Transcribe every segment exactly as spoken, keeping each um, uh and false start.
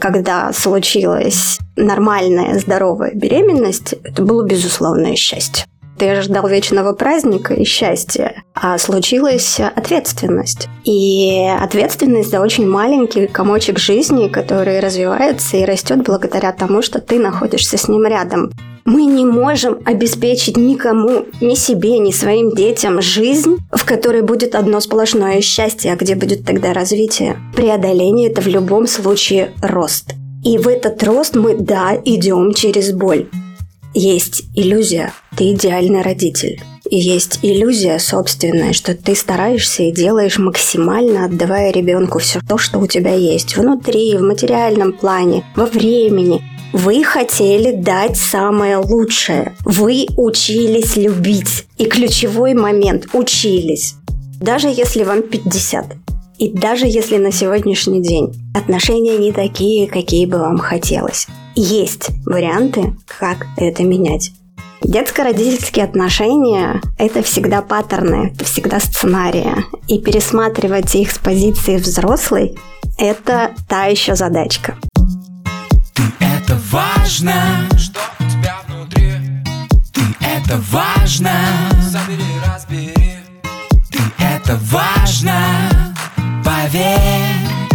когда случилась нормальная, здоровая беременность, это было безусловное счастье. Ты ожидал вечного праздника и счастья, а случилась ответственность. И ответственность за очень маленький комочек жизни, который развивается и растет благодаря тому, что ты находишься с ним рядом. Мы не можем обеспечить никому, ни себе, ни своим детям жизнь, в которой будет одно сплошное счастье, а где будет тогда развитие. Преодоление – это в любом случае рост. И в этот рост мы, да, идем через боль. Есть иллюзия, ты идеальный родитель. И есть иллюзия собственная, что ты стараешься и делаешь максимально, отдавая ребенку все то, что у тебя есть. Внутри, в материальном плане, во времени. Вы хотели дать самое лучшее. Вы учились любить. И ключевой момент – учились. Даже если вам пятьдесят. И даже если на сегодняшний день отношения не такие, какие бы вам хотелось. Есть варианты, как это менять. Детско-родительские отношения – это всегда паттерны, это всегда сценарии. И пересматривать их с позиции взрослой – это та еще задачка. Ты – это важно, что у тебя внутри. Ты – это важно, забери, разбери. Ты – это важно, поверь.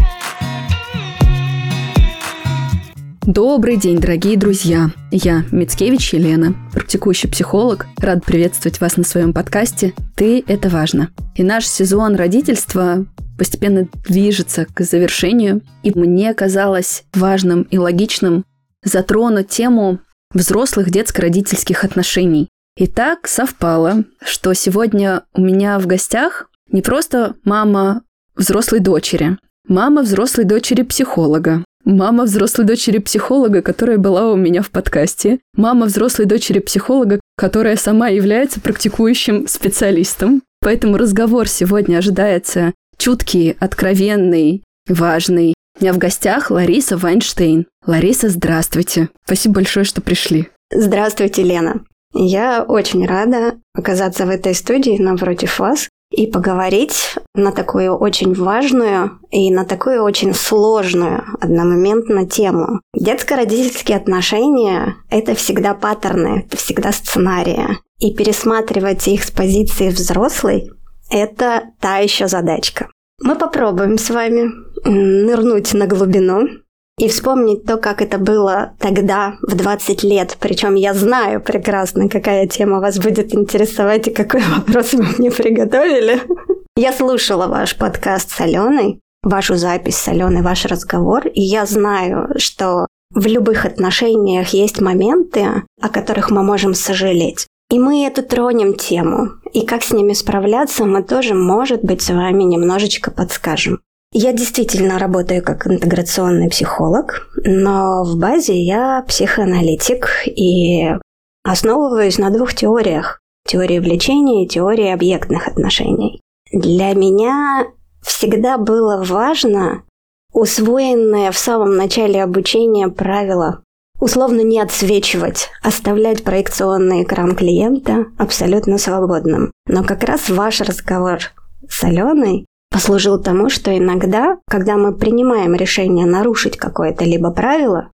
Добрый день, дорогие друзья! Я Мицкевич Елена, практикующий психолог. Рад приветствовать вас на своем подкасте «Ты – это важно». И наш сезон родительства постепенно движется к завершению. И мне казалось важным и логичным затронуть тему взрослых детско-родительских отношений. И так совпало, что сегодня у меня в гостях не просто мама взрослой дочери, мама взрослой дочери психолога, мама взрослой дочери психолога, которая была у меня в подкасте. Мама взрослой дочери психолога, которая сама является практикующим специалистом. Поэтому разговор сегодня ожидается чуткий, откровенный, важный. У меня в гостях Лариса Вайнштейн. Лариса, здравствуйте. Спасибо большое, что пришли. Здравствуйте, Лена. Я очень рада оказаться в этой студии напротив вас и поговорить на такую очень важную и на такую очень сложную одномоментно тему. Детско-родительские отношения – это всегда паттерны, это всегда сценарии. И пересматривать их с позиции взрослой – это та еще задачка. Мы попробуем с вами нырнуть на глубину и вспомнить то, как это было тогда, в двадцать лет. Причем я знаю прекрасно, какая тема вас будет интересовать и какой вопрос вы мне приготовили. Я слушала ваш подкаст с Аленой, вашу запись с Аленой, ваш разговор, и я знаю, что в любых отношениях есть моменты, о которых мы можем сожалеть. И мы эту тронем тему. И как с ними справляться, мы тоже, может быть, с вами немножечко подскажем. Я действительно работаю как интеграционный психолог, но в базе я психоаналитик и основываюсь на двух теориях. Теории влечения и теории объектных отношений. Для меня всегда было важно усвоенное в самом начале обучения правило условно не отсвечивать, оставлять проекционный экран клиента абсолютно свободным. Но как раз ваш разговор с Аленой послужил тому, что иногда, когда мы принимаем решение нарушить какое-то либо правило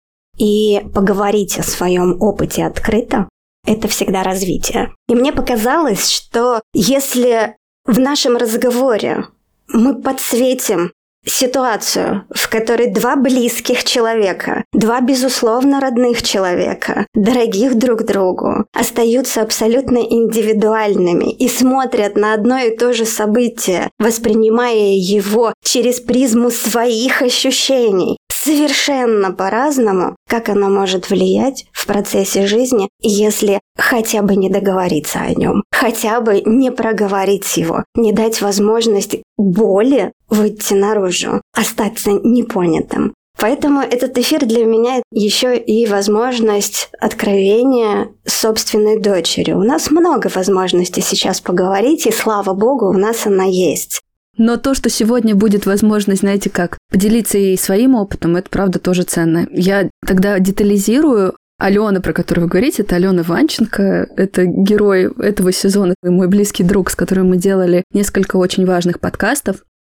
и поговорить о своем опыте открыто, это всегда развитие. И мне показалось, что если в нашем разговоре мы подсветим ситуацию, в которой два близких человека, два безусловно родных человека, дорогих друг другу, остаются абсолютно индивидуальными и смотрят на одно и то же событие, воспринимая его через призму своих ощущений, совершенно по-разному, как оно может влиять в процессе жизни, если хотя бы не договориться о нем, хотя бы не проговорить его, не дать возможность боли выйти наружу, остаться непонятым. Поэтому этот эфир для меня еще и возможность откровения с собственной дочерью. У нас много возможностей сейчас поговорить, и слава богу, у нас она есть. Но то, что сегодня будет возможность, знаете как, поделиться и своим опытом, это правда тоже ценно. Я тогда детализирую. Алена, про которую вы говорите, это Алена Ванченко, это герой этого сезона, мой близкий друг, с которым мы делали несколько очень важных подкастов.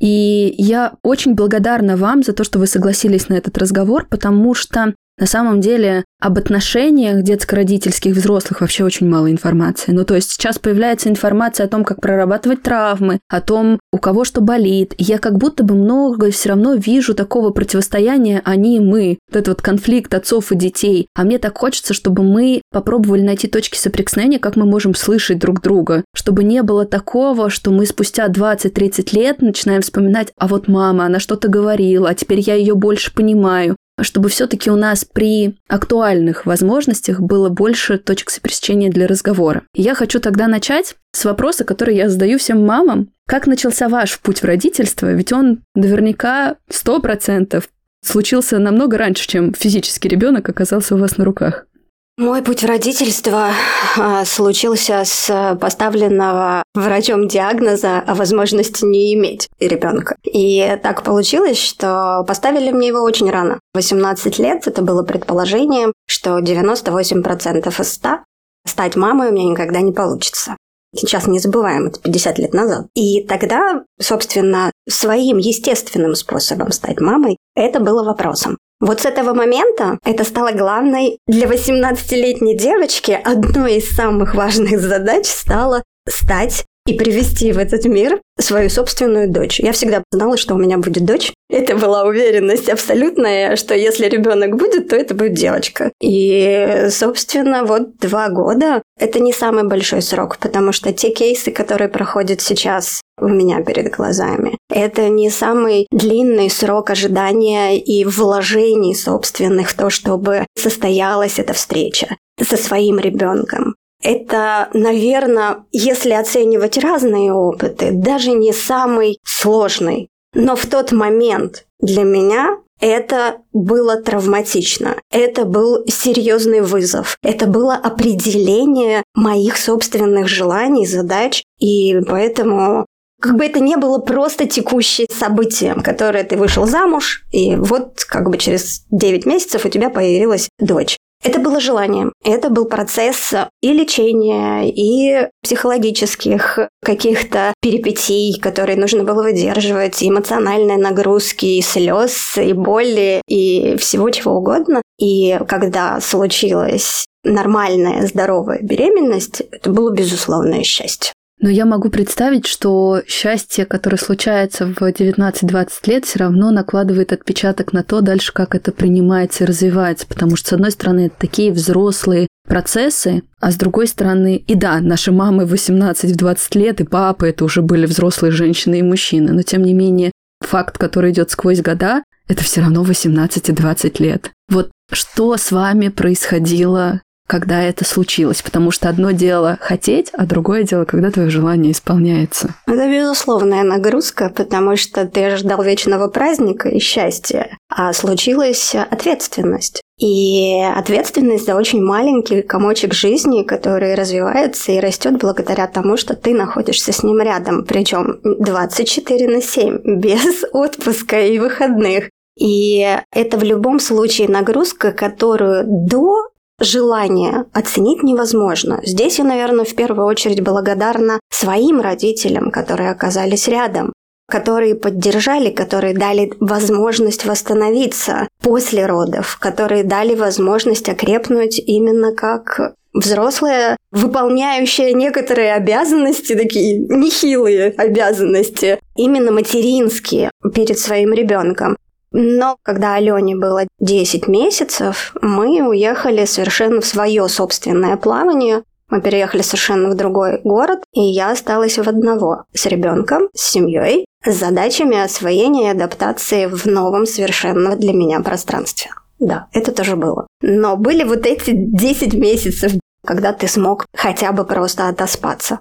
И я очень благодарна вам за то, что вы согласились на этот разговор, потому что на самом деле об отношениях детско-родительских взрослых вообще очень мало информации. Ну, то есть сейчас появляется информация о том, как прорабатывать травмы, о том, у кого что болит. И я как будто бы много все равно вижу такого противостояния они и мы. Вот этот вот конфликт отцов и детей. А мне так хочется, чтобы мы попробовали найти точки соприкосновения, как мы можем слышать друг друга. Чтобы не было такого, что мы спустя двадцать-тридцать лет начинаем вспоминать, а вот мама, она что-то говорила, а теперь я ее больше понимаю. Чтобы все-таки у нас при актуальных возможностях было больше точек соприкосновения для разговора. И я хочу тогда начать с вопроса, который я задаю всем мамам. Как начался ваш путь в родительство? Ведь он наверняка сто процентов случился намного раньше, чем физический ребенок оказался у вас на руках. Мой путь в родительство а, случился с поставленного врачом диагноза о возможности не иметь ребенка. И так получилось, что поставили мне его очень рано. восемнадцать лет это было предположение, что девяносто восемь процентов из ста стать мамой у меня никогда не получится. Сейчас не забываем, это пятьдесят лет назад. И тогда, собственно, своим естественным способом стать мамой это было вопросом. Вот с этого момента это стало главной для восемнадцатилетней девочки. Одной из самых важных задач стало стать и привести в этот мир свою собственную дочь. Я всегда знала, что у меня будет дочь. Это была уверенность абсолютная, что если ребенок будет, то это будет девочка. И, собственно, вот два года – это не самый большой срок, потому что те кейсы, которые проходят сейчас у меня перед глазами, это не самый длинный срок ожидания и вложений собственных в то, чтобы состоялась эта встреча со своим ребенком. Это, наверное, если оценивать разные опыты, даже не самый сложный. Но в тот момент для меня это было травматично. Это был серьезный вызов. Это было определение моих собственных желаний, задач. И поэтому как бы это не было просто текущим событием, которое ты вышел замуж, и вот как бы через девять месяцев у тебя появилась дочь. Это было желанием. Это был процесс и лечения, и психологических каких-то перипетий, которые нужно было выдерживать, и эмоциональной нагрузки, и слез, и боли, и всего чего угодно. И когда случилась нормальная, здоровая беременность, это было безусловное счастье. Но я могу представить, что счастье, которое случается в девятнадцать-двадцать лет, все равно накладывает отпечаток на то дальше, как это принимается и развивается. Потому что, с одной стороны, это такие взрослые процессы, а с другой стороны, и да, наши мамы в восемнадцать-двадцать лет, и папы, это уже были взрослые женщины и мужчины. Но, тем не менее, факт, который идет сквозь года, это все равно восемнадцать и двадцать лет. Вот что с вами происходило, когда это случилось? Потому что одно дело хотеть, а другое дело, когда твое желание исполняется. Это безусловная нагрузка, потому что ты ожидал вечного праздника и счастья, а случилась ответственность. И ответственность за очень маленький комочек жизни, который развивается и растет благодаря тому, что ты находишься с ним рядом, причем двадцать четыре на семь, без отпуска и выходных. И это в любом случае нагрузка, которую до желание оценить невозможно. Здесь я, наверное, в первую очередь благодарна своим родителям, которые оказались рядом, которые поддержали, которые дали возможность восстановиться после родов, которые дали возможность окрепнуть именно как взрослая, выполняющая некоторые обязанности, такие нехилые обязанности, именно материнские перед своим ребенком. Но когда Алене было десять месяцев, мы уехали совершенно в свое собственное плавание. Мы переехали совершенно в другой город, и я осталась в одного с ребенком, с семьей, с задачами освоения и адаптации в новом совершенно для меня пространстве. Да, это тоже было. Но были вот эти десять месяцев, когда ты смог хотя бы просто отоспаться.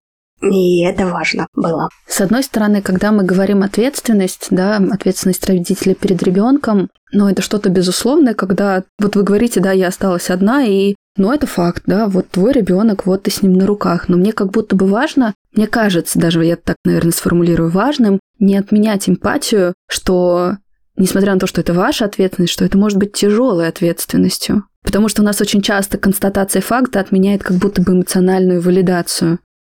И это важно было. С одной стороны, когда мы говорим ответственность, да, ответственность родителя перед ребенком, но это что-то безусловное, когда вот вы говорите, да, я осталась одна, и ну, это факт, да, вот твой ребенок, вот ты с ним на руках. Но мне как будто бы важно, мне кажется, даже я так, наверное, сформулирую, важным не отменять эмпатию, что, несмотря на то, что это ваша ответственность, что это может быть тяжелой ответственностью. Потому что у нас очень часто констатация факта отменяет как будто бы эмоциональную валидацию.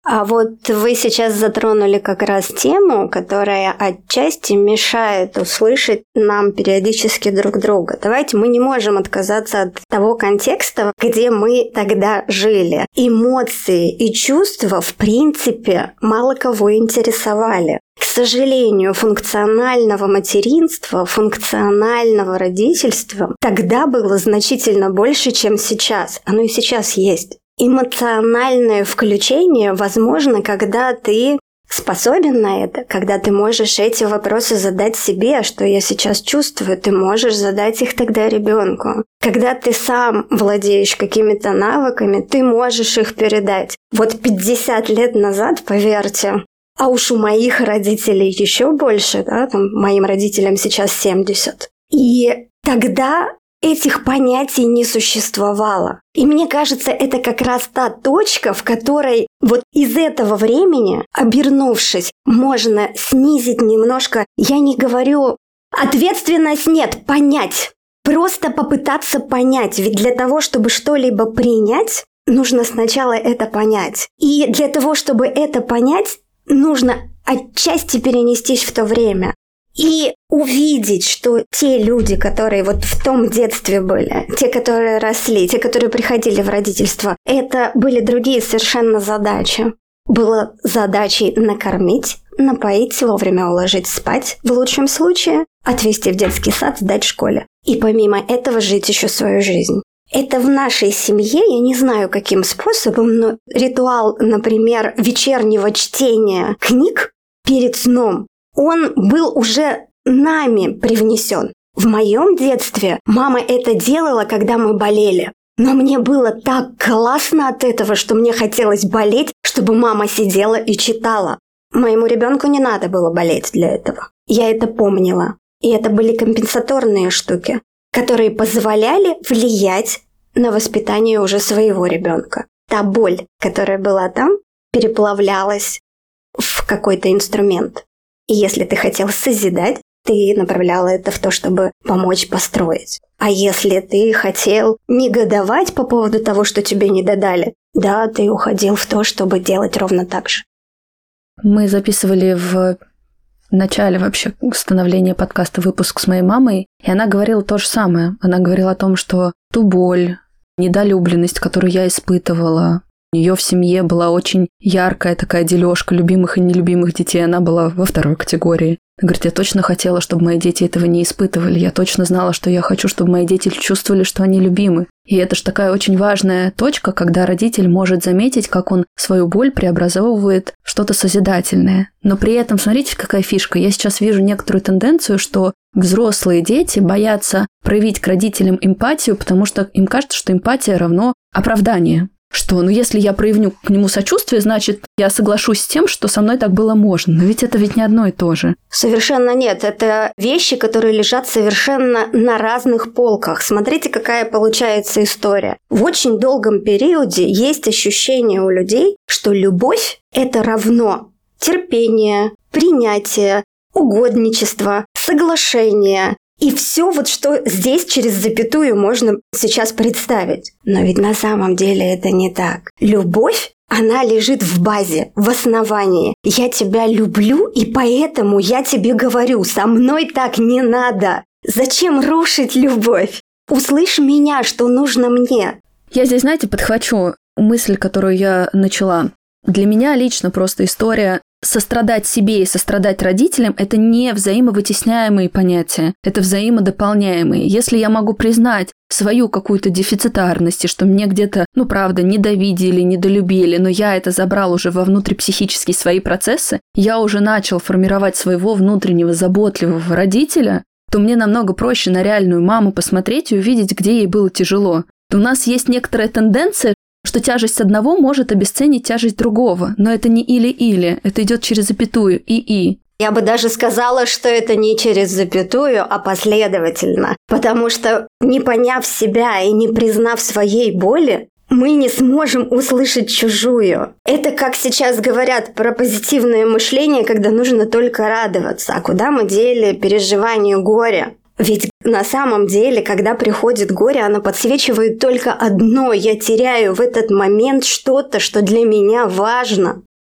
А вот вы сейчас затронули как раз тему, которая отчасти мешает услышать нам периодически друг друга. Давайте, мы не можем отказаться от того контекста, где мы тогда жили. Эмоции и чувства, в принципе, мало кого интересовали. К сожалению, функционального материнства, функционального родительства тогда было значительно больше, чем сейчас. Оно и сейчас есть. Эмоциональное включение возможно, когда ты способен на это, когда ты можешь эти вопросы задать себе, что я сейчас чувствую, ты можешь задать их тогда ребенку. Когда ты сам владеешь какими-то навыками, ты можешь их передать. Вот пятьдесят лет назад, поверьте, а уж у моих родителей еще больше, да, там, моим родителям сейчас семьдесят. И тогда этих понятий не существовало. И мне кажется, это как раз та точка, в которой вот из этого времени, обернувшись, можно снизить немножко, я не говорю, ответственность нет, понять. Просто попытаться понять. Ведь для того, чтобы что-либо принять, нужно сначала это понять. И для того, чтобы это понять, нужно отчасти перенестись в то время. И увидеть, что те люди, которые вот в том детстве были, те, которые росли, те, которые приходили в родительство, это были другие совершенно задачи. Было задачей накормить, напоить, вовремя уложить спать, в лучшем случае, отвезти в детский сад, сдать в школе. И помимо этого жить еще свою жизнь. Это в нашей семье, я не знаю, каким способом, но ритуал, например, вечернего чтения книг перед сном, он был уже нами привнесен. В моем детстве мама это делала, когда мы болели. Но мне было так классно от этого, что мне хотелось болеть, чтобы мама сидела и читала. Моему ребенку не надо было болеть для этого. Я это помнила. И это были компенсаторные штуки, которые позволяли влиять на воспитание уже своего ребенка. Та боль, которая была там, переплавлялась в какой-то инструмент. И если ты хотел созидать, ты направляла это в то, чтобы помочь построить. А если ты хотел негодовать по поводу того, что тебе не додали, да, ты уходил в то, чтобы делать ровно так же. Мы записывали в начале вообще становления подкаста выпуск с моей мамой, и она говорила то же самое. Она говорила о том, что ту боль, недолюбленность, которую я испытывала, у нее в семье была очень яркая такая дележка любимых и нелюбимых детей. Она была во второй категории. Она говорит, я точно хотела, чтобы мои дети этого не испытывали. Я точно знала, что я хочу, чтобы мои дети чувствовали, что они любимы. И это же такая очень важная точка, когда родитель может заметить, как он свою боль преобразовывает в что-то созидательное. Но при этом, смотрите, какая фишка. Я сейчас вижу некоторую тенденцию, что взрослые дети боятся проявить к родителям эмпатию, потому что им кажется, что эмпатия равно оправдание. Что, ну, если я проявлю к нему сочувствие, значит, я соглашусь с тем, что со мной так было можно. Но ведь это ведь не одно и то же. Совершенно нет. Это вещи, которые лежат совершенно на разных полках. Смотрите, какая получается история. В очень долгом периоде есть ощущение у людей, что любовь – это равно терпение, принятие, угодничество, соглашение. И все вот, что здесь через запятую можно сейчас представить. Но ведь на самом деле это не так. Любовь, она лежит в базе, в основании. Я тебя люблю, и поэтому я тебе говорю, со мной так не надо. Зачем рушить любовь? Услышь меня, что нужно мне. Я здесь, знаете, подхвачу мысль, которую я начала. Для меня лично просто история сострадать себе и сострадать родителям – это не взаимовытесняемые понятия, это взаимодополняемые. Если я могу признать свою какую-то дефицитарность, и что мне где-то, ну правда, недовидели, недолюбили, но я это забрал уже во внутрипсихические свои процессы, я уже начал формировать своего внутреннего заботливого родителя, то мне намного проще на реальную маму посмотреть и увидеть, где ей было тяжело. У нас есть некоторая тенденция, что тяжесть одного может обесценить тяжесть другого. Но это не или-или, это идет через запятую и-и. Я бы даже сказала, что это не через запятую, а последовательно. Потому что, не поняв себя и не признав своей боли, мы не сможем услышать чужую. Это как сейчас говорят про позитивное мышление, когда нужно только радоваться. А куда мы дели переживание горя? Ведь на самом деле, когда приходит горе, оно подсвечивает только одно. Я теряю в этот момент что-то, что для меня важно.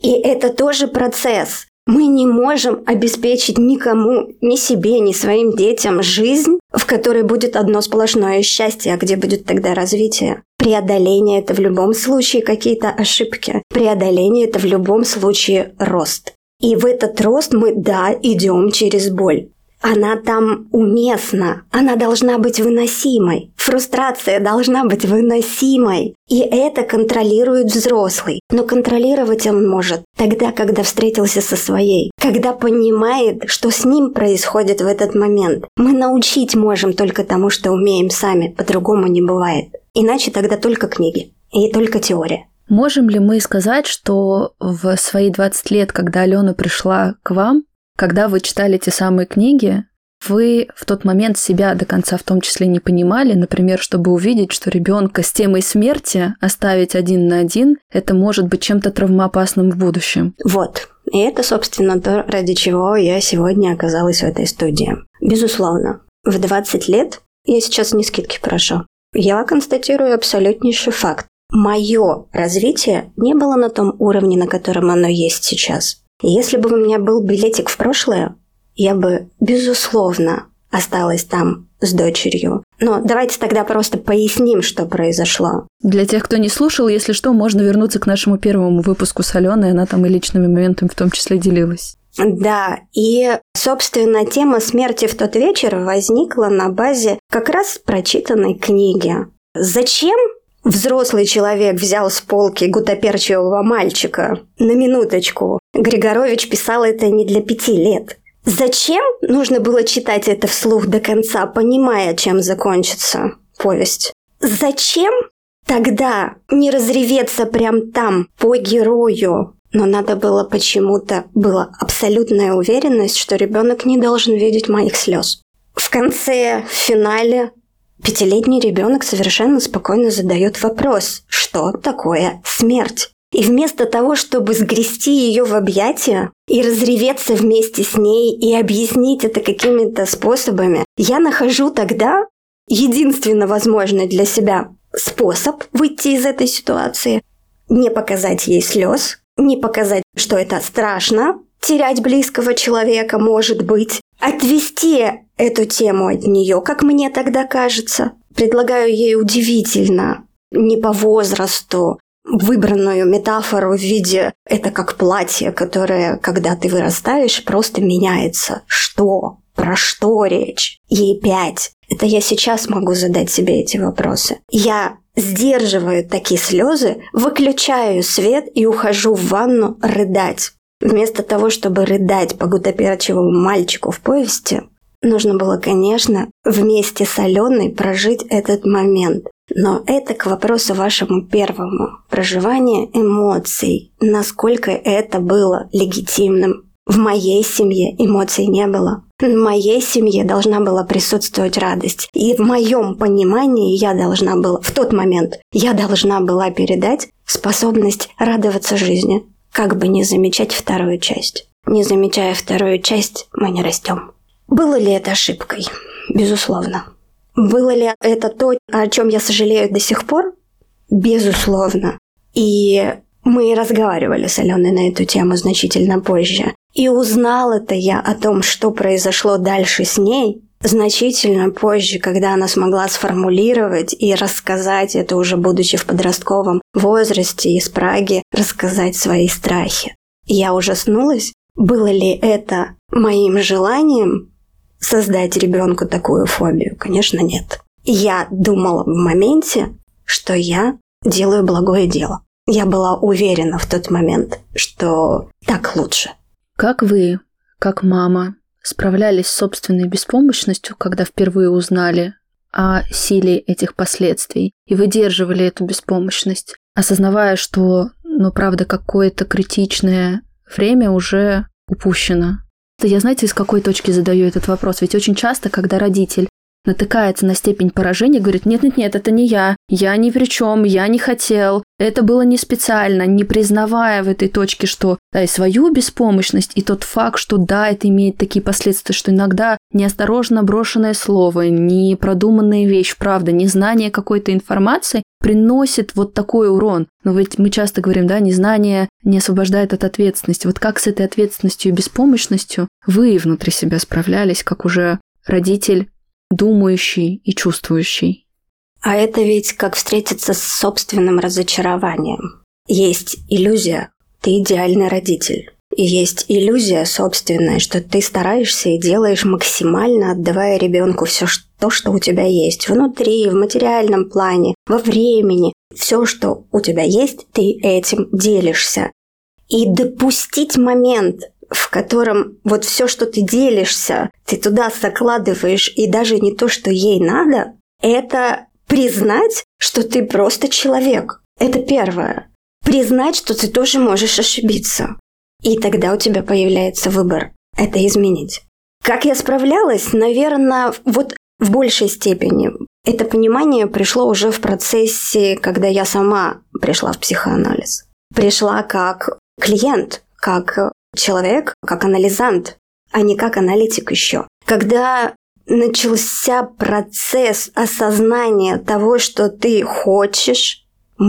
И это тоже процесс. Мы не можем обеспечить никому, ни себе, ни своим детям жизнь, в которой будет одно сплошное счастье, а где будет тогда развитие. Преодоление – это в любом случае какие-то ошибки. Преодоление – это в любом случае рост. И в этот рост мы, да, идем через боль. Она там уместна, она должна быть выносимой. Фрустрация должна быть выносимой. И это контролирует взрослый. Но контролировать он может тогда, когда встретился со своей. Когда понимает, что с ним происходит в этот момент. Мы научить можем только тому, что умеем сами. По-другому не бывает. Иначе тогда только книги и только теория. Можем ли мы сказать, что в свои двадцать лет, когда Алена пришла к вам, когда вы читали те самые книги, вы в тот момент себя до конца в том числе не понимали, например, чтобы увидеть, что ребенка с темой смерти оставить один на один, это может быть чем-то травмоопасным в будущем? Вот. И это, собственно, то, ради чего я сегодня оказалась в этой студии. Безусловно, в двадцать лет, я сейчас не скидки прошу, я констатирую абсолютнейший факт. Мое развитие не было на том уровне, на котором оно есть сейчас. Если бы у меня был билетик в прошлое, я бы, безусловно, осталась там с дочерью. Но давайте тогда просто поясним, что произошло. Для тех, кто не слушал, если что, можно вернуться к нашему первому выпуску с Аленой, она там и личными моментами в том числе делилась. Да, и, собственно, тема смерти в тот вечер возникла на базе как раз прочитанной книги. Зачем взрослый человек взял с полки гутоперчивого мальчика? На минуточку. Григорович писал это не для пяти лет. Зачем нужно было читать это вслух до конца, понимая, чем закончится повесть? Зачем тогда не разреветься прям там, по герою? Но надо было почему-то, была абсолютная уверенность, что ребенок не должен видеть моих слез. В конце, в финале, пятилетний ребенок совершенно спокойно задает вопрос, что такое смерть? И вместо того, чтобы сгрести ее в объятия и разреветься вместе с ней и объяснить это какими-то способами, я нахожу тогда единственно возможный для себя способ выйти из этой ситуации, не показать ей слез, не показать, что это страшно, терять близкого человека, может быть, отвести эту тему от нее, как мне тогда кажется. Предлагаю ей удивительно, не по возрасту, выбранную метафору в виде «это как платье, которое, когда ты вырастаешь, просто меняется». Что? Про что речь? Ей пять. Это я сейчас могу задать себе эти вопросы. Я сдерживаю такие слезы, выключаю свет и ухожу в ванну рыдать. Вместо того, чтобы рыдать по гутоперчивому мальчику в повести, нужно было, конечно, вместе с Аленой прожить этот момент. Но это к вопросу вашему первому. Проживание эмоций. Насколько это было легитимным. В моей семье эмоций не было. В моей семье должна была присутствовать радость. И в моем понимании я должна была, в тот момент, я должна была передать способность радоваться жизни. Как бы не замечать вторую часть. Не замечая вторую часть, мы не растем. Было ли это ошибкой? Безусловно. Было ли это то, о чем я сожалею до сих пор? Безусловно. И мы разговаривали с Аленой на эту тему значительно позже. И узнала-то я о том, что произошло дальше с ней, значительно позже, когда она смогла сформулировать и рассказать это уже будучи в подростковом возрасте из Праги, рассказать свои страхи. Я ужаснулась. Было ли это моим желанием создать ребенку такую фобию? Конечно, нет. Я думала в моменте, что я делаю благое дело. Я была уверена в тот момент, что так лучше. Как вы, как мама, справлялись с собственной беспомощностью, когда впервые узнали о силе этих последствий и выдерживали эту беспомощность, осознавая, что, ну, правда, какое-то критичное время уже упущено? Я, знаете, из какой точки задаю этот вопрос? Ведь очень часто, когда родитель натыкается на степень поражения, говорит: нет-нет-нет, это не я, я ни при чем, я не хотел, это было не специально, не признавая в этой точке, что да, и свою беспомощность, и тот факт, что да, это имеет такие последствия, что иногда неосторожно брошенное слово, непродуманная вещь, правда, незнание какой-то информации приносит вот такой урон. Но ведь мы часто говорим, да, незнание не освобождает от ответственности. Вот как с этой ответственностью и беспомощностью вы внутри себя справлялись, как уже родитель думающий и чувствующий? А это ведь как встретиться с собственным разочарованием. Есть иллюзия, ты идеальный родитель. И есть иллюзия собственная, что ты стараешься и делаешь максимально, отдавая ребенку все то, что у тебя есть. Внутри, в материальном плане, во времени. Все, что у тебя есть, ты этим делишься. И допустить момент, в котором вот все, что ты делишься, ты туда закладываешь, и даже не то, что ей надо, это признать, что ты просто человек. Это первое. Признать, что ты тоже можешь ошибиться. И тогда у тебя появляется выбор – это изменить. Как я справлялась? Наверное, вот в большей степени. Это понимание пришло уже в процессе, когда я сама пришла в психоанализ. Пришла как клиент, как человек, как анализант, а не как аналитик еще. Когда начался процесс осознания того, что ты хочешь,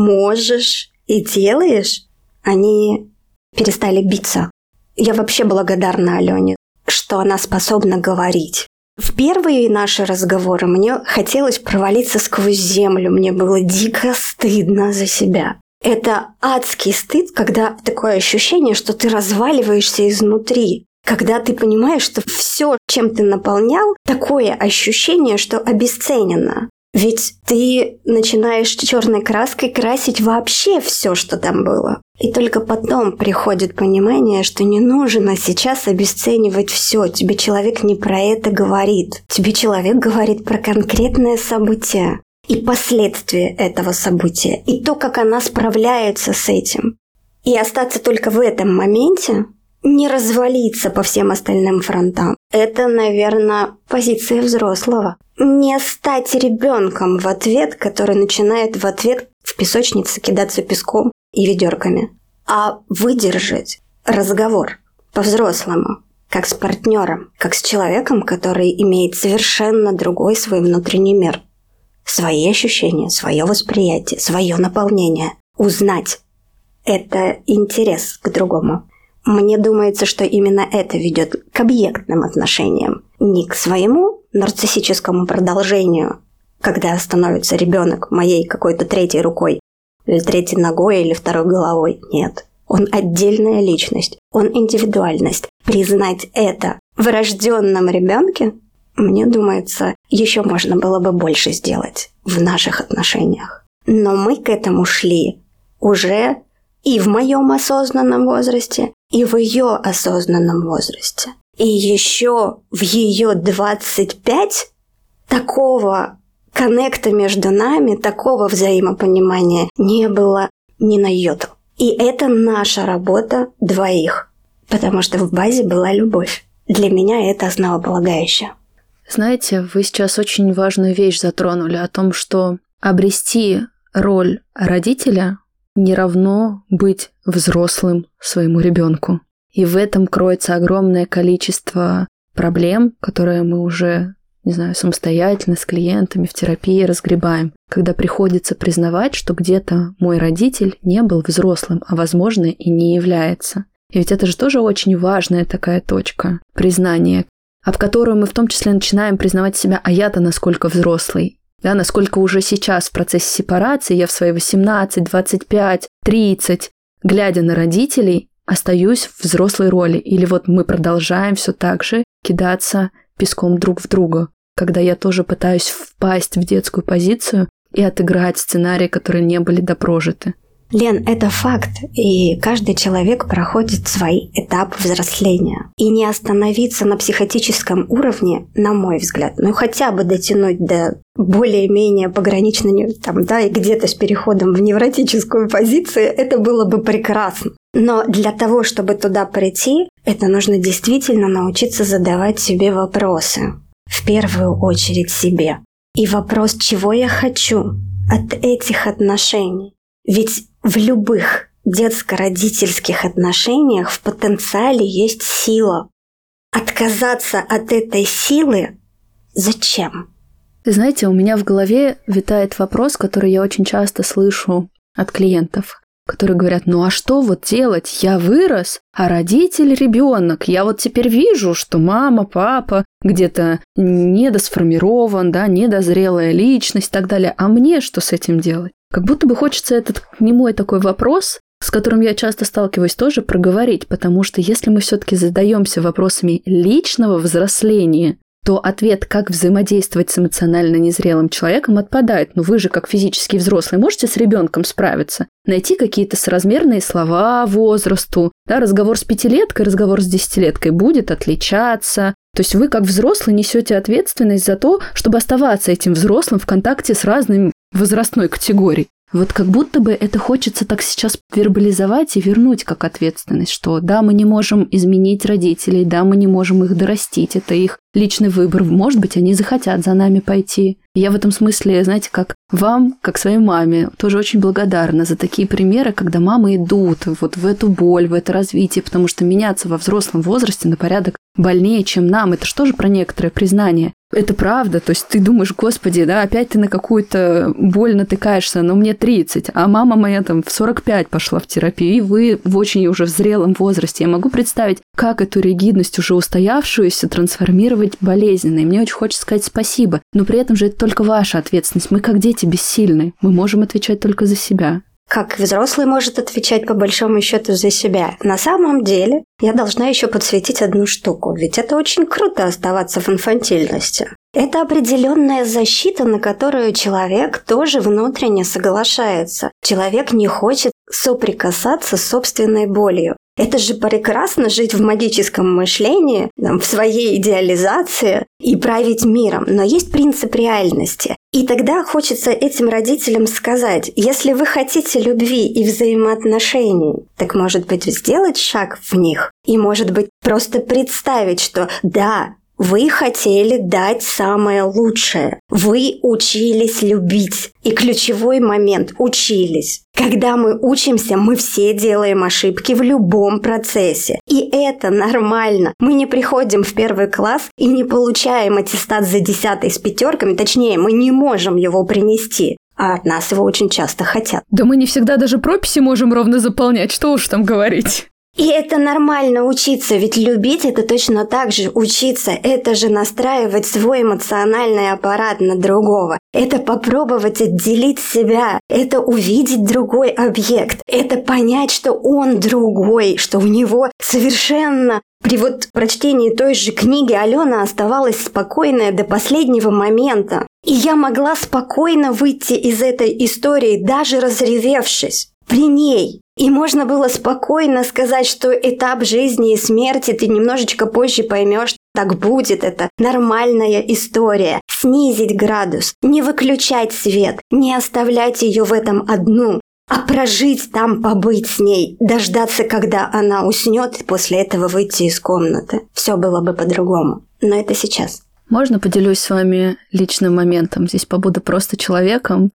можешь и делаешь, они перестали биться. Я вообще благодарна Алене, что она способна говорить. В первые наши разговоры мне хотелось провалиться сквозь землю, мне было дико стыдно за себя. Это адский стыд, когда такое ощущение, что ты разваливаешься изнутри. Когда ты понимаешь, что все, чем ты наполнял, такое ощущение, что обесценено. Ведь ты начинаешь черной краской красить вообще все, что там было. И только потом приходит понимание, что не нужно сейчас обесценивать все. Тебе человек не про это говорит. Тебе человек говорит про конкретное событие и последствия этого события, и то, как она справляется с этим. И остаться только в этом моменте, не развалиться по всем остальным фронтам. Это, наверное, позиция взрослого. Не стать ребенком в ответ, который начинает в ответ в песочнице кидаться песком и ведерками, а выдержать разговор по-взрослому, как с партнером, как с человеком, который имеет совершенно другой свой внутренний мир. Свои ощущения, свое восприятие, свое наполнение. Узнать – это интерес к другому. Мне думается, что именно это ведет к объектным отношениям, не к своему нарциссическому продолжению, когда становится ребенок моей какой-то третьей рукой, или третьей ногой, или второй головой. Нет. Он отдельная личность, он индивидуальность. Признать это в рожденном ребенке, мне думается, еще можно было бы больше сделать в наших отношениях. Но мы к этому шли уже и в моем осознанном возрасте, и в ее осознанном возрасте. И еще в ее двадцать пять такого коннекта между нами, такого взаимопонимания не было ни на йоту. И это наша работа двоих, потому что в базе была любовь. Для меня это основополагающее. Знаете, вы сейчас очень важную вещь затронули о том, что обрести роль родителя не равно быть взрослым своему ребенку. И в этом кроется огромное количество проблем, которые мы уже, не знаю, самостоятельно с клиентами в терапии разгребаем, когда приходится признавать, что где-то мой родитель не был взрослым, а, возможно, и не является. И ведь это же тоже очень важная такая точка признания, а в которую мы в том числе начинаем признавать себя, а я-то насколько взрослый, да, насколько уже сейчас в процессе сепарации я в свои восемнадцать, двадцать пять, тридцать, глядя на родителей, остаюсь в взрослой роли. Или вот мы продолжаем все так же кидаться песком друг в друга, когда я тоже пытаюсь впасть в детскую позицию и отыграть сценарии, которые не были допрожиты. Лен, это факт, и каждый человек проходит свой этап взросления. И не остановиться на психотическом уровне, на мой взгляд, ну хотя бы дотянуть до более-менее пограничной, там, да, и где-то с переходом в невротическую позицию, это было бы прекрасно. Но для того, чтобы туда прийти, это нужно действительно научиться задавать себе вопросы. В первую очередь себе. И вопрос, чего я хочу от этих отношений. Ведь в любых детско-родительских отношениях в потенциале есть сила. Отказаться от этой силы зачем? Знаете, у меня в голове витает вопрос, который я очень часто слышу от клиентов, которые говорят: ну а что вот делать? Я вырос, а родитель ребенок. Я вот теперь вижу, что мама, папа где-то недосформирован, да, недозрелая личность и так далее. А мне что с этим делать? Как будто бы хочется этот немой такой вопрос, с которым я часто сталкиваюсь, тоже проговорить, потому что если мы все-таки задаемся вопросами личного взросления, то ответ, как взаимодействовать с эмоционально незрелым человеком, отпадает. Но вы же, как физически взрослый, можете с ребенком справиться? Найти какие-то соразмерные слова возрасту. Да, разговор с пятилеткой, разговор с десятилеткой будет отличаться. То есть вы, как взрослый, несете ответственность за то, чтобы оставаться этим взрослым в контакте с разными возрастной категорией. Вот как будто бы это хочется так сейчас вербализовать и вернуть как ответственность, что да, мы не можем изменить родителей, да, мы не можем их дорастить, это их личный выбор, может быть, они захотят за нами пойти. Я в этом смысле, знаете, как вам, как своей маме, тоже очень благодарна за такие примеры, когда мамы идут вот в эту боль, в это развитие, потому что меняться во взрослом возрасте на порядок больнее, чем нам. Это же тоже про некоторое признание. Это правда, то есть ты думаешь: господи, да, опять ты на какую-то боль натыкаешься, но мне тридцать, а мама моя там в сорок пять пошла в терапию, и вы в очень уже в зрелом возрасте. Я могу представить, как эту ригидность уже устоявшуюся трансформировать болезненной. Мне очень хочется сказать спасибо, но при этом же это только ваша ответственность. Мы как дети бессильны, мы можем отвечать только за себя. Как взрослый может отвечать по большому счету за себя. На самом деле, я должна еще подсветить одну штуку, ведь это очень круто оставаться в инфантильности. Это определенная защита, на которую человек тоже внутренне соглашается. Человек не хочет соприкасаться с собственной болью. Это же прекрасно жить в магическом мышлении, в своей идеализации и править миром. Но есть принцип реальности. И тогда хочется этим родителям сказать: если вы хотите любви и взаимоотношений, так, может быть, сделать шаг в них. И, может быть, просто представить, что да, вы хотели дать самое лучшее. Вы учились любить. И ключевой момент – учились. Когда мы учимся, мы все делаем ошибки в любом процессе. И это нормально. Мы не приходим в первый класс и не получаем аттестат за десятый с пятерками. Точнее, мы не можем его принести. А от нас его очень часто хотят. Да мы не всегда даже прописи можем ровно заполнять. Что уж там говорить. И это нормально учиться, ведь любить – это точно так же учиться. Это же настраивать свой эмоциональный аппарат на другого. Это попробовать отделить себя. Это увидеть другой объект. Это понять, что он другой, что у него совершенно... При вот прочтении той же книги Алена оставалась спокойная до последнего момента. И я могла спокойно выйти из этой истории, даже разревевшись. При ней. И можно было спокойно сказать, что этап жизни и смерти ты немножечко позже поймешь, так будет, это нормальная история. Снизить градус, не выключать свет, не оставлять ее в этом одну, а прожить там, побыть с ней, дождаться, когда она уснет, и после этого выйти из комнаты. Все было бы по-другому. Но это сейчас. Можно поделюсь с вами личным моментом? Здесь побуду просто человеком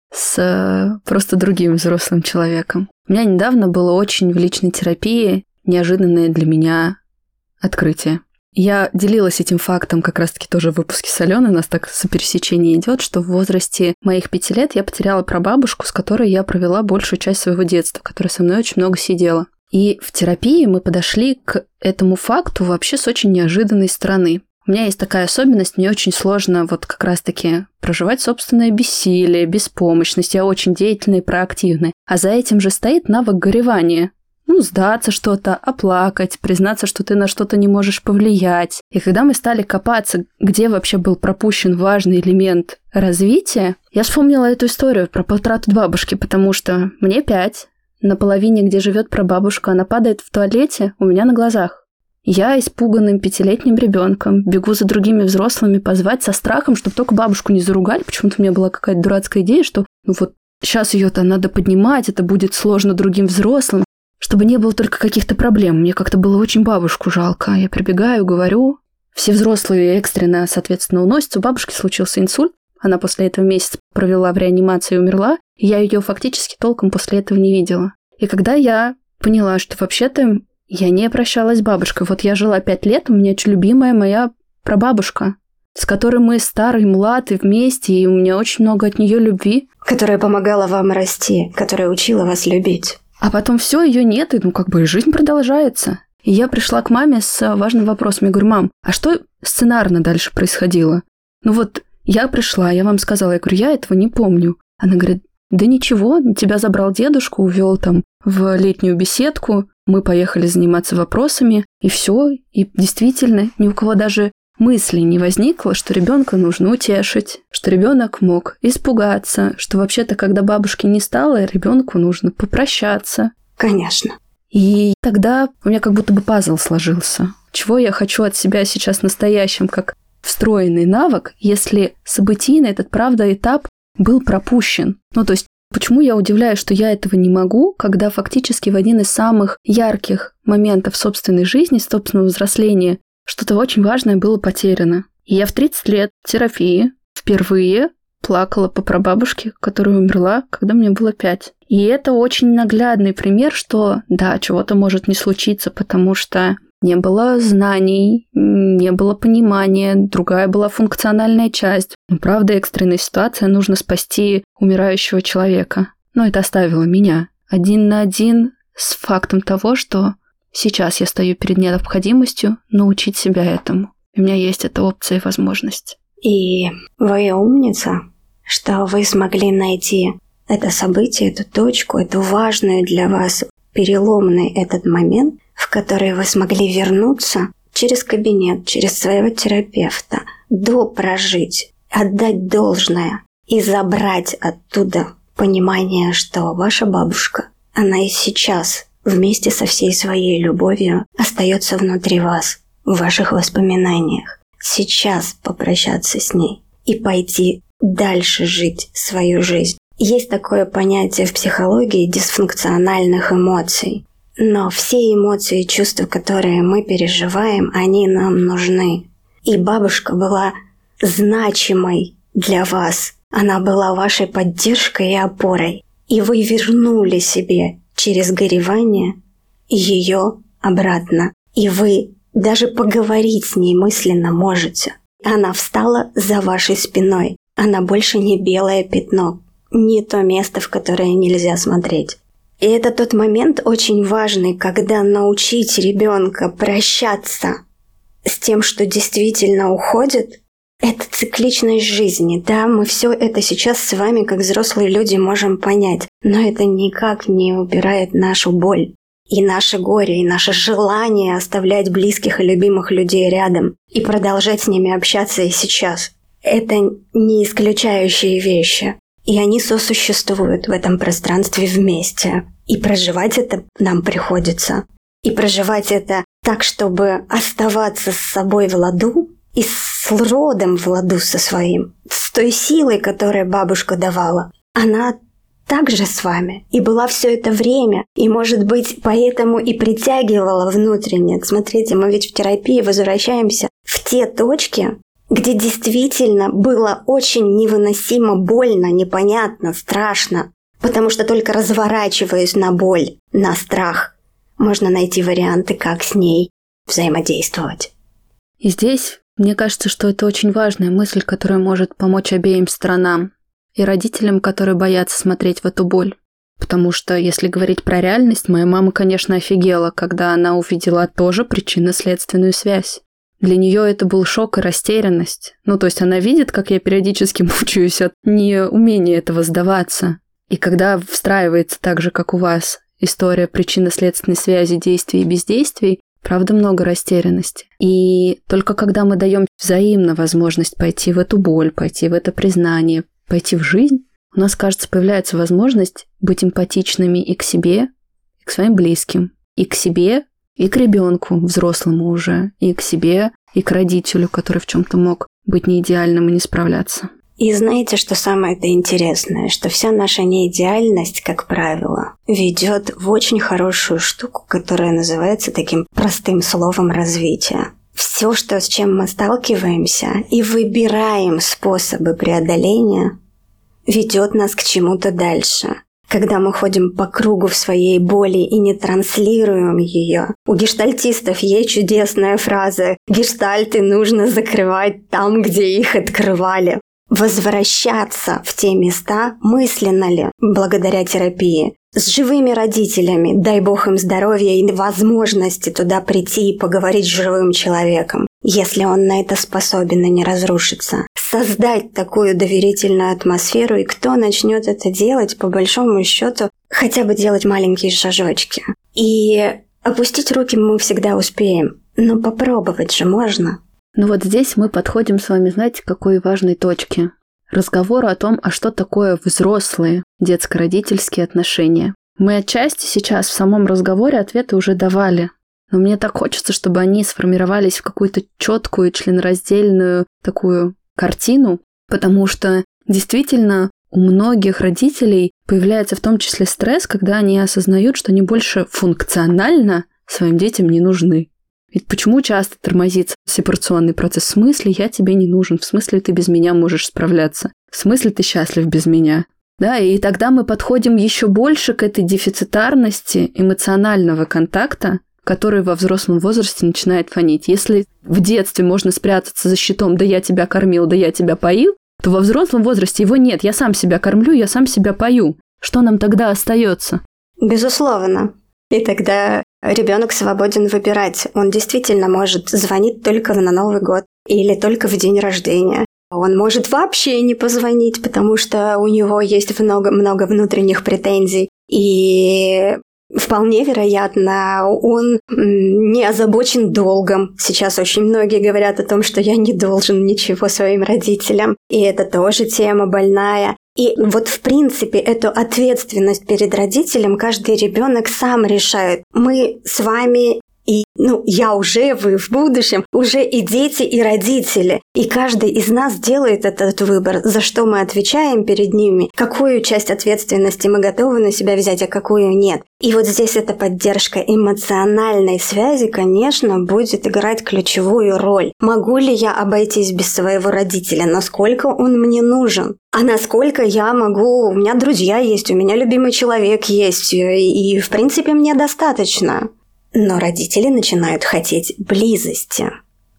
с просто другим взрослым человеком. У меня недавно было очень в личной терапии неожиданное для меня открытие. Я делилась этим фактом как раз-таки тоже в выпуске с Аленой, у нас так сопересечение идет, что в возрасте моих пяти лет я потеряла прабабушку, с которой я провела большую часть своего детства, которая со мной очень много сидела. И в терапии мы подошли к этому факту вообще с очень неожиданной стороны. У меня есть такая особенность, мне очень сложно вот как раз-таки проживать собственное бессилие, беспомощность. Я очень деятельная и проактивная. А за этим же стоит навык горевания. Ну, сдаться что-то, оплакать, признаться, что ты на что-то не можешь повлиять. И когда мы стали копаться, где вообще был пропущен важный элемент развития, я вспомнила эту историю про потрату бабушки, потому что мне пять, на половине, где живет прабабушка, она падает в туалете у меня на глазах. Я испуганным пятилетним ребенком бегу за другими взрослыми позвать со страхом, чтобы только бабушку не заругали. Почему-то у меня была какая-то дурацкая идея, что ну вот сейчас ее-то надо поднимать, это будет сложно другим взрослым, чтобы не было только каких-то проблем. Мне как-то было очень бабушку жалко. Я прибегаю, говорю. Все взрослые экстренно, соответственно, уносятся. У бабушки случился инсульт. Она после этого месяц провела в реанимации и умерла. И я ее фактически толком после этого не видела. И когда я поняла, что вообще-то я не прощалась с бабушкой. Вот я жила пять лет, у меня очень любимая моя прабабушка. с которой мы старый, млад и вместе, и у меня очень много от нее любви. Которая помогала вам расти, которая учила вас любить. А потом все, ее нет, и ну как бы и жизнь продолжается. И я пришла к маме с важным вопросом. Я говорю: мам, а что сценарно дальше происходило? Ну вот я пришла, я вам сказала, я говорю, я этого не помню. Она говорит: да ничего, тебя забрал дедушка, увел там в летнюю беседку, мы поехали заниматься вопросами, и все. И действительно, ни у кого даже мысли не возникло, что ребенка нужно утешить, что ребенок мог испугаться, что вообще-то, когда бабушки не стало, ребенку нужно попрощаться. Конечно. И тогда у меня как будто бы пазл сложился. Чего я хочу от себя сейчас настоящим, как встроенный навык, если событийно этот, правда, этап был пропущен. Ну, то есть, почему я удивляюсь, что я этого не могу, когда фактически в один из самых ярких моментов собственной жизни, собственного взросления, что-то очень важное было потеряно. И я в тридцать лет в терапии впервые плакала по прабабушке, которая умерла, когда мне было пять. И это очень наглядный пример, что да, чего-то может не случиться, потому что не было знаний, не было понимания, другая была функциональная часть. Но, правда, экстренная ситуация, нужно спасти умирающего человека. Но это оставило меня один на один с фактом того, что сейчас я стою перед необходимостью научить себя этому. У меня есть эта опция и возможность. И вы умница, что вы смогли найти это событие, эту точку, эту важную для вас переломный этот момент, в который вы смогли вернуться через кабинет, через своего терапевта, допрожить, отдать должное и забрать оттуда понимание, что ваша бабушка, она и сейчас вместе со всей своей любовью остается внутри вас, в ваших воспоминаниях. Сейчас попрощаться с ней и пойти дальше жить свою жизнь. Есть такое понятие в психологии дисфункциональных эмоций. Но все эмоции и чувства, которые мы переживаем, они нам нужны. И бабушка была значимой для вас. Она была вашей поддержкой и опорой. И вы вернули себе через горевание ее обратно. И вы даже поговорить с ней мысленно можете. Она встала за вашей спиной. Она больше не белое пятно, не то место, в которое нельзя смотреть. И это тот момент очень важный, когда научить ребенка прощаться с тем, что действительно уходит, это цикличность жизни. Да, мы все это сейчас с вами, как взрослые люди, можем понять, но это никак не убирает нашу боль и наше горе, и наше желание оставлять близких и любимых людей рядом и продолжать с ними общаться и сейчас. Это не исключающие вещи. И они сосуществуют в этом пространстве вместе. И проживать это нам приходится. И проживать это так, чтобы оставаться с собой в ладу и с родом в ладу со своим. С той силой, которую бабушка давала. Она также с вами. И была все это время. И, может быть, поэтому и притягивала внутренне. Смотрите, мы ведь в терапии возвращаемся в те точки, где действительно было очень невыносимо больно, непонятно, страшно. Потому что только разворачиваясь на боль, на страх, можно найти варианты, как с ней взаимодействовать. И здесь, мне кажется, что это очень важная мысль, которая может помочь обеим сторонам. И родителям, которые боятся смотреть в эту боль. Потому что, если говорить про реальность, моя мама, конечно, офигела, когда она увидела тоже причинно-следственную связь. Для нее это был шок и растерянность. Ну, то есть она видит, как я периодически мучаюсь от неумения этого сдаваться. И когда встраивается так же, как у вас, история причинно-следственной связи действий и бездействий, правда, много растерянности. И только когда мы даем взаимно возможность пойти в эту боль, пойти в это признание, пойти в жизнь, у нас, кажется, появляется возможность быть эмпатичными и к себе, и к своим близким, и к себе, и к ребенку, взрослому уже, и к себе, и к родителю, который в чем-то мог быть неидеальным и не справляться. И знаете, что самое-то интересное? Что вся наша неидеальность, как правило, ведет в очень хорошую штуку, которая называется таким простым словом развитие. Все, что, с чем мы сталкиваемся и выбираем способы преодоления, ведет нас к чему-то дальше. когда мы ходим по кругу в своей боли и не транслируем ее. У гештальтистов есть чудесная фраза: «Гештальты нужно закрывать там, где их открывали». Возвращаться в те места мысленно ли, благодаря терапии, с живыми родителями, дай бог им здоровья и возможности туда прийти и поговорить с живым человеком, если он на это способен и не разрушится. Создать такую доверительную атмосферу, и кто начнет это делать, по большому счету, хотя бы делать маленькие шажочки. И опустить руки мы всегда успеем, но попробовать же можно. Ну вот здесь мы подходим с вами, знаете, к какой важной точке. Разговору о том, а что такое взрослые детско-родительские отношения. Мы отчасти сейчас в самом разговоре ответы уже давали, но мне так хочется, чтобы они сформировались в какую-то четкую, членораздельную такую картину, потому что действительно у многих родителей появляется в том числе стресс, когда они осознают, что они больше функционально своим детям не нужны. Ведь почему часто тормозится сепарационный процесс? В смысле я тебе не нужен? В смысле ты без меня можешь справляться? В смысле ты счастлив без меня? Да, и тогда мы подходим еще больше к этой дефицитарности эмоционального контакта, который во взрослом возрасте начинает фонить. Если в детстве можно спрятаться за щитом «да я тебя кормил, да я тебя поил», то во взрослом возрасте его нет. Я сам себя кормлю, я сам себя пою. Что нам тогда остается? Безусловно. И тогда ребенок свободен выбирать. Он действительно может звонить только на Новый год или только в день рождения. Он может вообще не позвонить, потому что у него есть много-много внутренних претензий. И вполне вероятно, он не озабочен долгом. Сейчас очень многие говорят о том, что я не должен ничего своим родителям. И это тоже тема больная. И вот в принципе эту ответственность перед родителем каждый ребенок сам решает. Мы с вами и, ну, я уже, вы в будущем, уже и дети, и родители. И каждый из нас делает этот выбор, за что мы отвечаем перед ними, какую часть ответственности мы готовы на себя взять, а какую нет. И вот здесь эта поддержка эмоциональной связи, конечно, будет играть ключевую роль. Могу ли я обойтись без своего родителя? Насколько он мне нужен? А насколько я могу... У меня друзья есть, у меня любимый человек есть, и, в принципе, мне достаточно. Но родители начинают хотеть близости.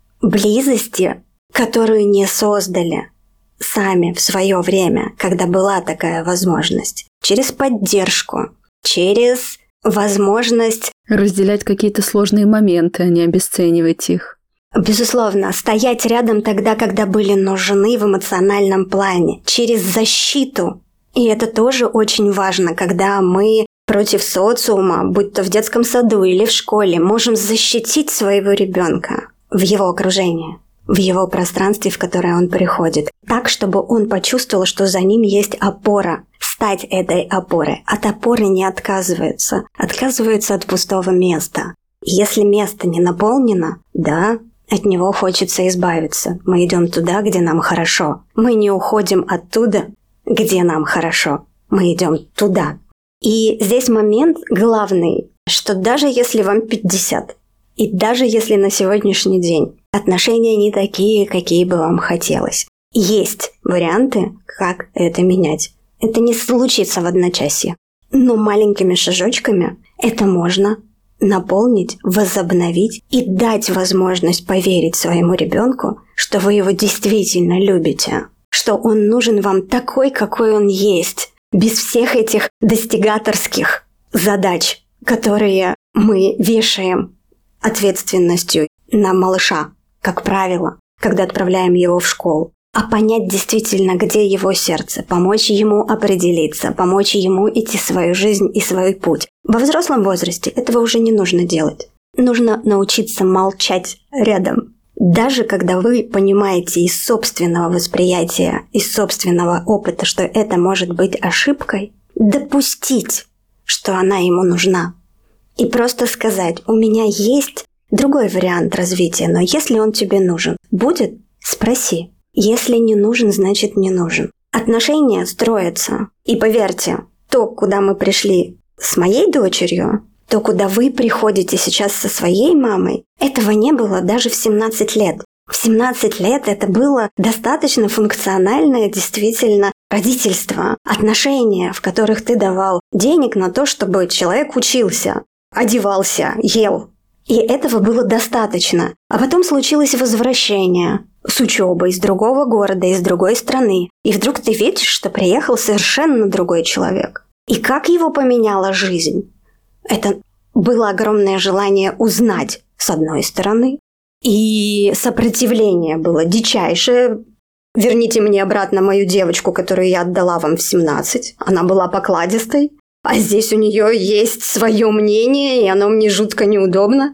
Близости, которую не создали сами в свое время, когда была такая возможность. Через поддержку, через возможность... разделять какие-то сложные моменты, а не обесценивать их. Безусловно, стоять рядом тогда, когда были нужны в эмоциональном плане. Через защиту. И это тоже очень важно, когда мы... против социума, будь то в детском саду или в школе, можем защитить своего ребенка в его окружении, в его пространстве, в которое он приходит, так, чтобы он почувствовал, что за ним есть опора. Стать этой опорой. От опоры не отказывается. Отказывается от пустого места. Если место не наполнено, да, от него хочется избавиться. Мы идем туда, где нам хорошо. Мы не уходим оттуда, где нам хорошо. Мы идем туда. И здесь момент главный, что даже если вам пятьдесят, и даже если на сегодняшний день отношения не такие, какие бы вам хотелось, есть варианты, как это менять. Это не случится в одночасье. Но маленькими шажочками это можно наполнить, возобновить и дать возможность поверить своему ребенку, что вы его действительно любите, что он нужен вам такой, какой он есть. Без всех этих достигаторских задач, которые мы вешаем ответственностью на малыша, как правило, когда отправляем его в школу. А понять действительно, где его сердце, помочь ему определиться, помочь ему идти свою жизнь и свой путь. Во взрослом возрасте этого уже не нужно делать. Нужно научиться молчать рядом. Даже когда вы понимаете из собственного восприятия, из собственного опыта, что это может быть ошибкой, допустить, что она ему нужна. И просто сказать: у меня есть другой вариант развития, но если он тебе нужен, будет? Спроси. Если не нужен, значит не нужен. Отношения строятся. И поверьте, то, куда мы пришли с моей дочерью, то, куда вы приходите сейчас со своей мамой, этого не было даже в семнадцать лет. В семнадцать лет это было достаточно функциональное, действительно родительство, отношения, в которых ты давал денег на то, чтобы человек учился, одевался, ел. И этого было достаточно. А потом случилось возвращение с учебой из другого города, из другой страны. И вдруг ты видишь, что приехал совершенно другой человек. И как его поменяла жизнь? Это было огромное желание узнать, с одной стороны. И сопротивление было дичайшее. Верните мне обратно мою девочку, которую я отдала вам в семнадцать. Она была покладистой. А здесь у нее есть свое мнение, и оно мне жутко неудобно.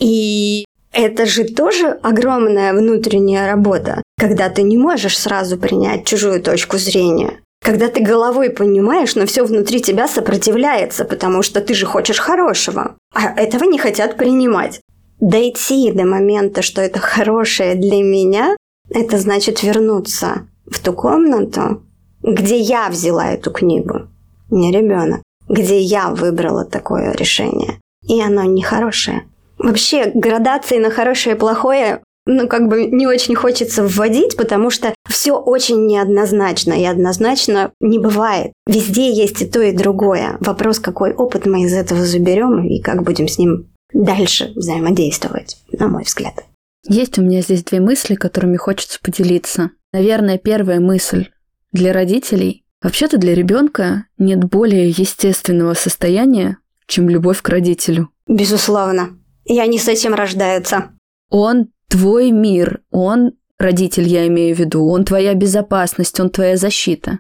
И это же тоже огромная внутренняя работа, когда ты не можешь сразу принять чужую точку зрения. Когда ты головой понимаешь, но все внутри тебя сопротивляется, потому что ты же хочешь хорошего, а этого не хотят принимать. Дойти до момента, что это хорошее для меня, это значит вернуться в ту комнату, где я взяла эту книгу, не ребенок, где я выбрала такое решение. И оно не хорошее. Вообще, градации на хорошее и плохое, ну, как бы не очень хочется вводить, потому что все очень неоднозначно, и однозначно не бывает. Везде есть и то, и другое. Вопрос, какой опыт мы из этого заберем и как будем с ним дальше взаимодействовать, на мой взгляд. Есть у меня здесь две мысли, которыми хочется поделиться. Наверное, первая мысль для родителей. Вообще-то для ребенка нет более естественного состояния, чем любовь к родителю. Безусловно. И они с этим рождаются. Он твой мир, он, родитель я имею в виду, он твоя безопасность, он твоя защита.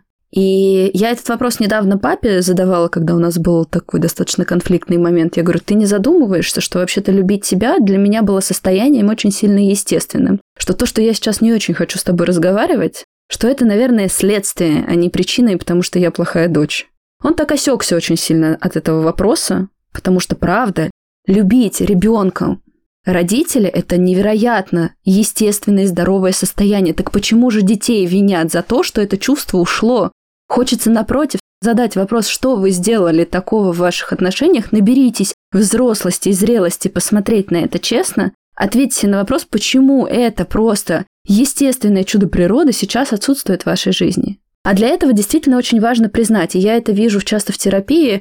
И я этот вопрос недавно папе задавала, когда у нас был такой достаточно конфликтный момент. Я говорю, ты не задумываешься, что вообще-то любить тебя для меня было состоянием очень сильно естественным. Что то, что я сейчас не очень хочу с тобой разговаривать, что это, наверное, следствие, а не причина, и потому что я плохая дочь. Он так осекся очень сильно от этого вопроса, потому что, правда, любить ребенка родители – это невероятно естественное и здоровое состояние. Так почему же детей винят за то, что это чувство ушло? Хочется, напротив, задать вопрос, что вы сделали такого в ваших отношениях, наберитесь взрослости и зрелости посмотреть на это честно, ответьте на вопрос, почему это просто естественное чудо природы сейчас отсутствует в вашей жизни. А для этого действительно очень важно признать, и я это вижу часто в терапии,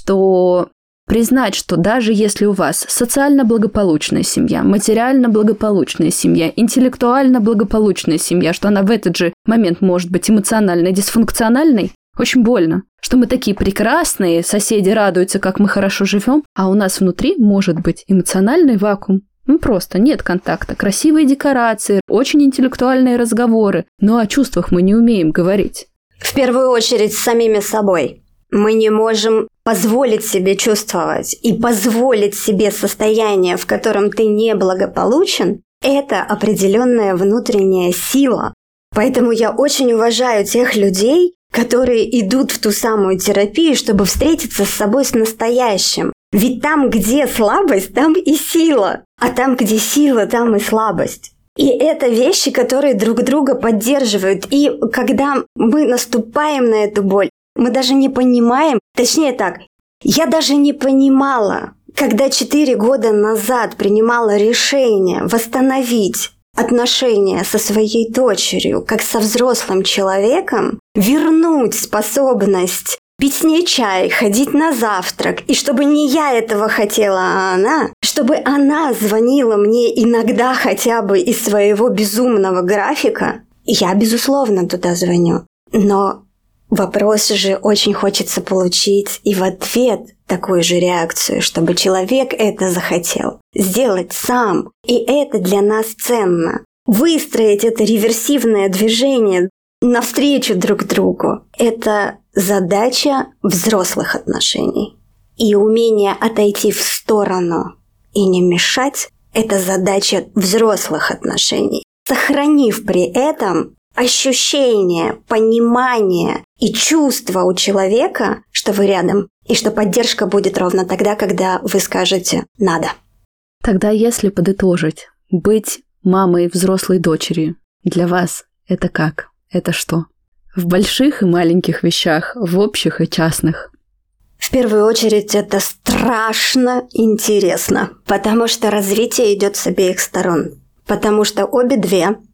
что признать, что даже если у вас социально благополучная семья, материально благополучная семья, интеллектуально благополучная семья, что она в этот же момент может быть эмоционально дисфункциональной, очень больно. Что мы такие прекрасные, соседи радуются, как мы хорошо живем, а у нас внутри может быть эмоциональный вакуум. Ну, просто нет контакта, красивые декорации, очень интеллектуальные разговоры, но о чувствах мы не умеем говорить. В первую очередь с самими собой. Мы не можем позволить себе чувствовать и позволить себе состояние, в котором ты неблагополучен, это определенная внутренняя сила. Поэтому я очень уважаю тех людей, которые идут в ту самую терапию, чтобы встретиться с собой с настоящим. Ведь там, где слабость, там и сила. А там, где сила, там и слабость. И это вещи, которые друг друга поддерживают. И когда мы наступаем на эту боль, мы даже не понимаем, точнее так, я даже не понимала, когда четыре года назад принимала решение восстановить отношения со своей дочерью, как со взрослым человеком, вернуть способность пить с ней чай, ходить на завтрак, и чтобы не я этого хотела, а она, чтобы она звонила мне иногда хотя бы из своего безумного графика, я, безусловно, туда звоню. Но вопрос же очень хочется получить и в ответ такую же реакцию, чтобы человек это захотел сделать сам. И это для нас ценно. Выстроить это реверсивное движение навстречу друг другу – это задача взрослых отношений. И умение отойти в сторону и не мешать – это задача взрослых отношений. Сохранив при этом ощущение, понимание и чувство у человека, что вы рядом, и что поддержка будет ровно тогда, когда вы скажете «надо». Тогда, если подытожить, быть мамой взрослой дочери для вас – это как? Это что? В больших и маленьких вещах, в общих и частных? В первую очередь это страшно интересно, потому что развитие идет с обеих сторон. Потому что обе две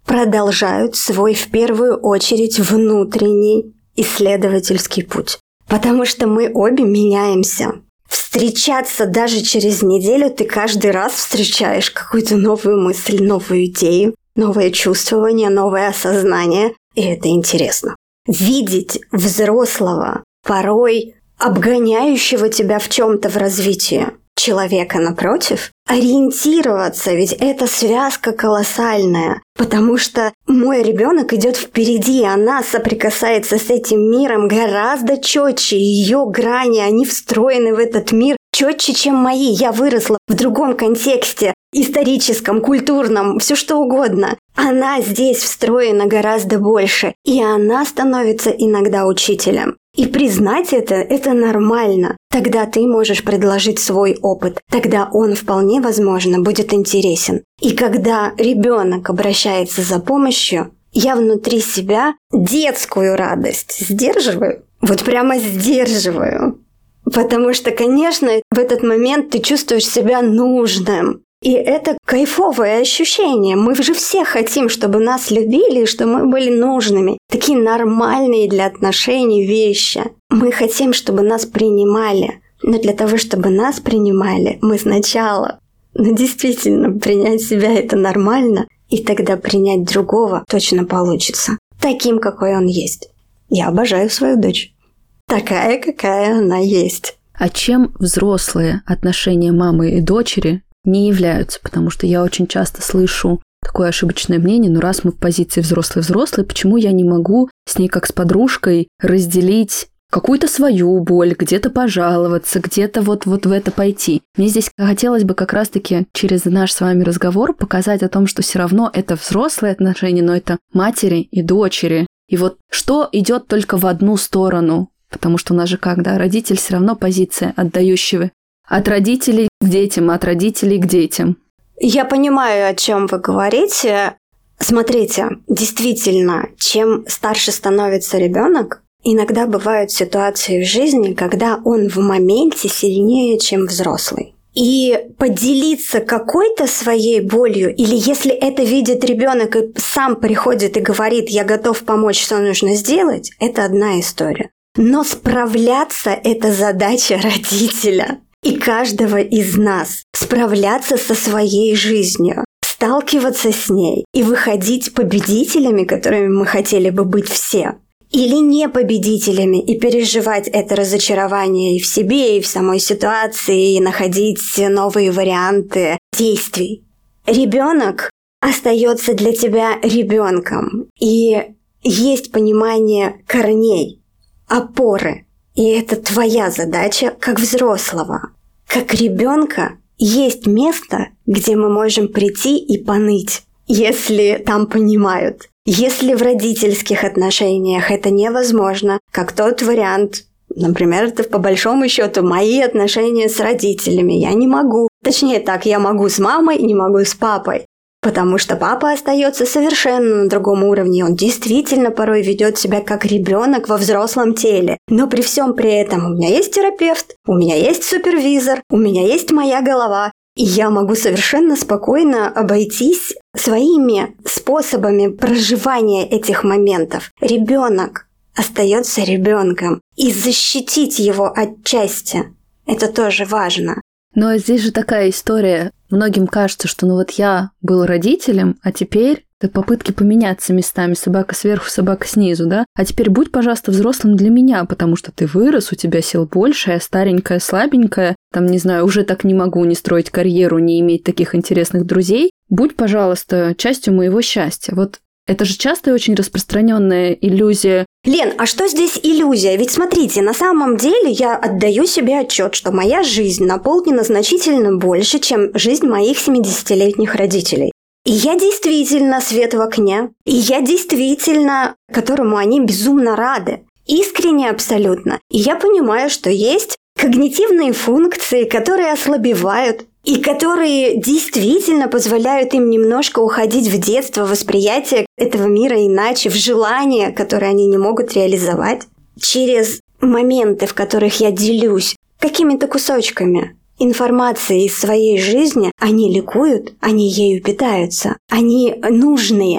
продолжают свой в первую очередь внутренний исследовательский путь. Потому что мы обе меняемся. Встречаться даже через неделю ты каждый раз встречаешь какую-то новую мысль, новую идею, новое чувствование, новое осознание. И это интересно. Видеть взрослого, порой обгоняющего тебя в чем-то в развитии человека напротив, ориентироваться, ведь это связка колоссальная, потому что мой ребенок идет впереди, она соприкасается с этим миром гораздо четче, ее грани, они встроены в этот мир четче, чем мои. Я выросла в другом контексте, историческом, культурном, все что угодно. Она здесь встроена гораздо больше, и она становится иногда учителем. И признать это – это нормально. Тогда ты можешь предложить свой опыт. Тогда он вполне возможно будет интересен. И когда ребенок обращается за помощью, я внутри себя детскую радость сдерживаю. Вот прямо сдерживаю. Потому что, конечно, в этот момент ты чувствуешь себя нужным. И это кайфовое ощущение. Мы же все хотим, чтобы нас любили, и что мы были нужными. Такие нормальные для отношений вещи. Мы хотим, чтобы нас принимали. Но для того, чтобы нас принимали, мы сначала, ну действительно, принять себя – это нормально. И тогда принять другого точно получится. Таким, какой он есть. Я обожаю свою дочь. Такая, какая она есть. А чем взрослые отношения мамы и дочери не являются? Потому что я очень часто слышу такое ошибочное мнение, ну раз мы в позиции взрослый-взрослый, почему я не могу с ней как с подружкой разделить какую-то свою боль, где-то пожаловаться, где-то вот, вот в это пойти. Мне здесь хотелось бы как раз-таки через наш с вами разговор показать о том, что все равно это взрослые отношения, но это матери и дочери. И вот что идет только в одну сторону, потому что у нас же как, да, родитель все равно позиция отдающего от родителей к детям, от родителей к детям. Я понимаю, о чем вы говорите. Смотрите, действительно, чем старше становится ребенок, иногда бывают ситуации в жизни, когда он в моменте сильнее, чем взрослый. И поделиться какой-то своей болью, или если это видит ребенок и сам приходит и говорит: «Я готов помочь, что нужно сделать», это одна история. Но справляться – это задача родителя и каждого из нас. Справляться со своей жизнью, сталкиваться с ней и выходить победителями, которыми мы хотели бы быть все. Или не победителями, и переживать это разочарование и в себе, и в самой ситуации, и находить новые варианты действий. Ребенок остается для тебя ребенком, и есть понимание корней, опоры. И это твоя задача как взрослого. Как ребенка есть место, где мы можем прийти и поныть, если там понимают. Если в родительских отношениях это невозможно, как тот вариант, например, это по большому счету мои отношения с родителями, я не могу. Точнее так, я могу с мамой, не могу с папой. Потому что папа остается совершенно на другом уровне. Он действительно порой ведет себя как ребенок во взрослом теле. Но при всем при этом у меня есть терапевт, у меня есть супервизор, у меня есть моя голова. И я могу совершенно спокойно обойтись своими способами проживания этих моментов. Ребенок остается ребенком. И защитить его отчасти – это тоже важно. Но здесь же такая история. Многим кажется, что ну вот я был родителем, а теперь это попытки поменяться местами. Собака сверху, собака снизу, да? А теперь будь, пожалуйста, взрослым для меня, потому что ты вырос, у тебя сил больше, я старенькая, слабенькая, там, не знаю, уже так не могу не строить карьеру, не иметь таких интересных друзей. Будь, пожалуйста, частью моего счастья. Вот это же часто очень распространенная иллюзия. Лен, а что здесь иллюзия? Ведь смотрите, на самом деле я отдаю себе отчет, что моя жизнь наполнена значительно больше, чем жизнь моих семидесятилетних родителей. И я действительно свет в окне, и я действительно, которому они безумно рады. Искренне абсолютно. И я понимаю, что есть когнитивные функции, которые ослабевают, и которые действительно позволяют им немножко уходить в детство, восприятие этого мира иначе, в желания, которые они не могут реализовать, через моменты, в которых я делюсь какими-то кусочками информации из своей жизни, они ликуют, они ею питаются, они нужные.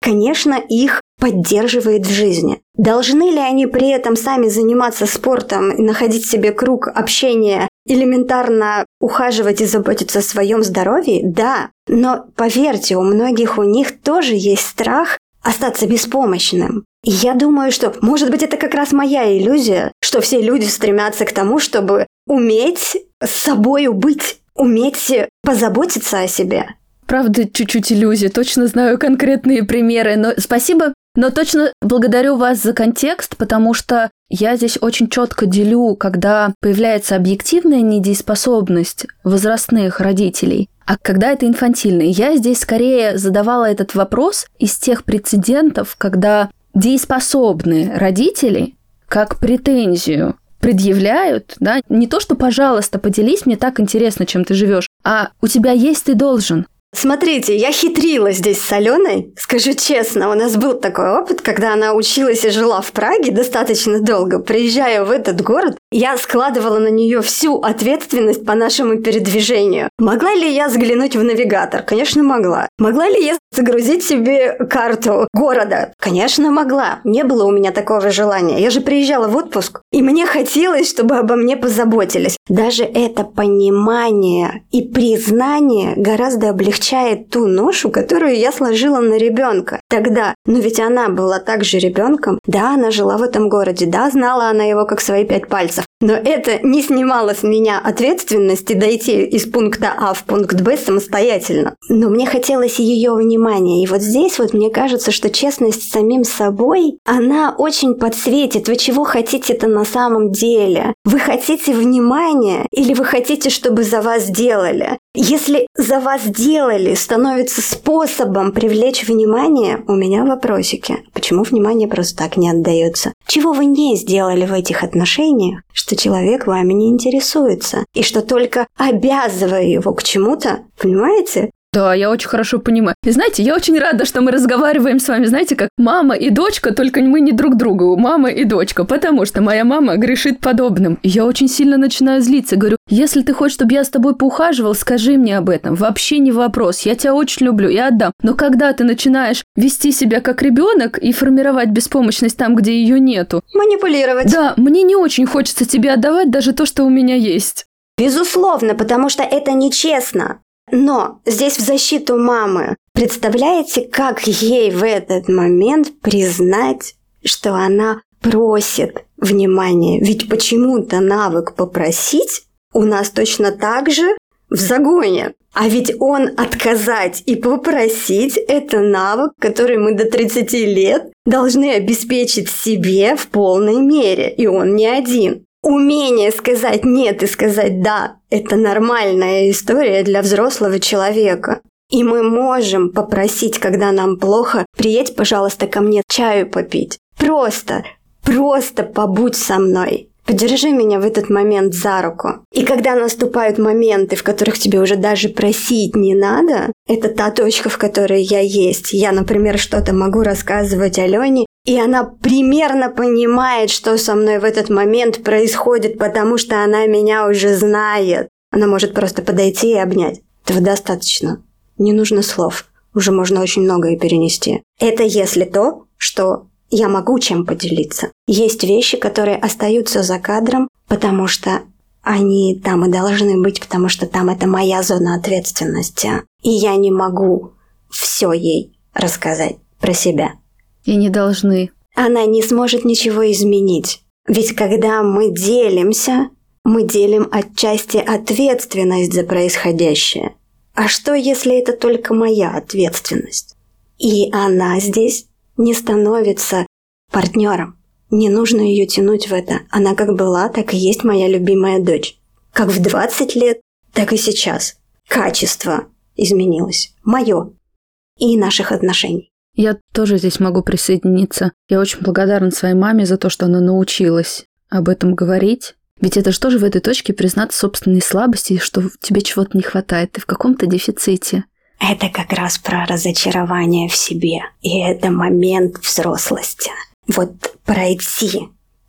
конечно, их поддерживает в жизни. Должны ли они при этом сами заниматься спортом и находить себе круг общения, элементарно ухаживать и заботиться о своем здоровье? Да, но поверьте, у многих у них тоже есть страх остаться беспомощным. И я думаю, что, может быть, это как раз моя иллюзия, что все люди стремятся к тому, чтобы уметь с собою быть, уметь позаботиться о себе. Правда, чуть-чуть иллюзия. Точно знаю конкретные примеры. Но спасибо, но точно благодарю вас за контекст, потому что я здесь очень четко делю, когда появляется объективная недееспособность возрастных родителей, а когда это инфантильное. Я здесь скорее задавала этот вопрос из тех прецедентов, когда дееспособные родители как претензию предъявляют, да, не то, что «пожалуйста, поделись, мне так интересно, чем ты живешь», а «у тебя есть, ты должен». Смотрите, я хитрила здесь с Аленой. Скажу честно, у нас был такой опыт, когда она училась и жила в Праге достаточно долго. Приезжая в этот город, я складывала на нее всю ответственность по нашему передвижению. Могла ли я заглянуть в навигатор? Конечно, могла. Могла ли я загрузить себе карту города? Конечно, могла. Не было у меня такого желания. Я же приезжала в отпуск, и мне хотелось, чтобы обо мне позаботились. Даже это понимание и признание гораздо облегчает ту ношу, которую я сложила на ребенка тогда. Но ведь она была также ребенком. Да, она жила в этом городе. Да, знала она его как свои пять пальцев. Но это не снимало с меня ответственности дойти из пункта А в пункт Б самостоятельно. Но мне хотелось ее внимания. И вот здесь вот мне кажется, что честность с самим собой, она очень подсветит. Вы чего хотите-то на самом деле? Вы хотите внимания или вы хотите, чтобы за вас делали? Если за вас делали становится способом привлечь внимание, у меня вопросики. Почему внимание просто так не отдается? Чего вы не сделали в этих отношениях, что человек вами не интересуется, и что только обязывая его к чему-то, понимаете? Да, я очень хорошо понимаю. И знаете, я очень рада, что мы разговариваем с вами, знаете, как мама и дочка, только мы не друг другу, мама и дочка, потому что моя мама грешит подобным. И я очень сильно начинаю злиться, говорю, если ты хочешь, чтобы я с тобой поухаживал, скажи мне об этом, вообще не вопрос, я тебя очень люблю, я отдам. Но когда ты начинаешь вести себя как ребенок и формировать беспомощность там, где ее нету. Манипулировать. Да, мне не очень хочется тебе отдавать даже то, что у меня есть. Безусловно, потому что это нечестно. Но здесь в защиту мамы. Представляете, как ей в этот момент признать, что она просит внимания? Ведь почему-то навык попросить у нас точно так же в загоне. А ведь он отказать и попросить – это навык, который мы до тридцати лет должны обеспечить себе в полной мере. И он не один. Умение сказать «нет» и сказать «да» – это нормальная история для взрослого человека. И мы можем попросить, когда нам плохо, приедь, пожалуйста, ко мне чаю попить. Просто, просто побудь со мной. Подержи меня в этот момент за руку. И когда наступают моменты, в которых тебе уже даже просить не надо, это та точка, в которой я есть. Я, например, что-то могу рассказывать Алене, и она примерно понимает, что со мной в этот момент происходит, потому что она меня уже знает. Она может просто подойти и обнять. Этого достаточно. Не нужно слов. Уже можно очень многое перенести. Это если то, что я могу чем поделиться. Есть вещи, которые остаются за кадром, потому что они там и должны быть, потому что там это моя зона ответственности. И я не могу все ей рассказать про себя. И не должны. Она не сможет ничего изменить. Ведь когда мы делимся, мы делим отчасти ответственность за происходящее. А что, если это только моя ответственность? И она здесь не становится партнером. Не нужно ее тянуть в это. Она как была, так и есть моя любимая дочь. Как в двадцать лет, так и сейчас. Качество изменилось. Мое. И наших отношений. Я тоже здесь могу присоединиться. Я очень благодарна своей маме за то, что она научилась об этом говорить. Ведь это же тоже в этой точке признаться собственной слабости, что тебе чего-то не хватает, ты в каком-то дефиците. Это как раз про разочарование в себе. И это момент взрослости. Вот пройти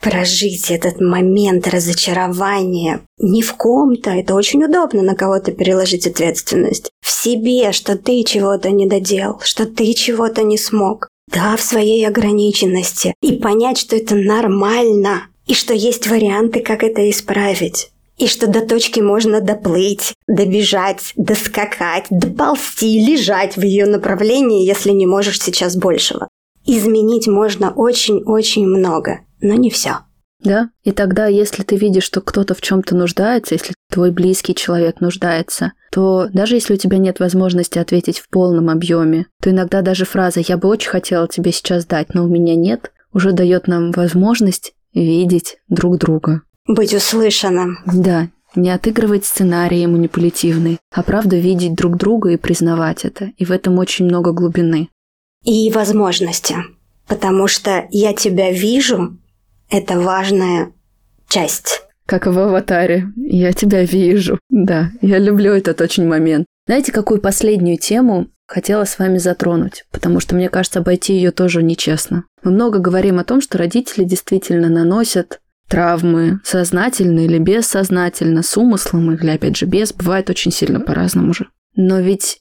прожить этот момент разочарования не в ком-то, это очень удобно на кого-то переложить ответственность, в себе, что ты чего-то не доделал, что ты чего-то не смог, да, в своей ограниченности, и понять, что это нормально, и что есть варианты, как это исправить. И что до точки можно доплыть, добежать, доскакать, доползти, лежать в ее направлении, если не можешь сейчас большего. Изменить можно очень-очень много, но не все. Да, и тогда, если ты видишь, что кто-то в чем-то нуждается, если твой близкий человек нуждается, то даже если у тебя нет возможности ответить в полном объеме, то иногда даже фраза «я бы очень хотела тебе сейчас дать, но у меня нет» уже дает нам возможность видеть друг друга. Быть услышанным. Да, не отыгрывать сценарии манипулятивные, а правда видеть друг друга и признавать это. И в этом очень много глубины. И возможности. Потому что я тебя вижу – это важная часть. Как в «Аватаре». Я тебя вижу. Да, я люблю этот очень момент. Знаете, какую последнюю тему хотела с вами затронуть? Потому что, мне кажется, обойти ее тоже нечестно. Мы много говорим о том, что родители действительно наносят травмы, сознательно или бессознательно, с умыслом или, опять же, без, бывает очень сильно по-разному же. Но ведь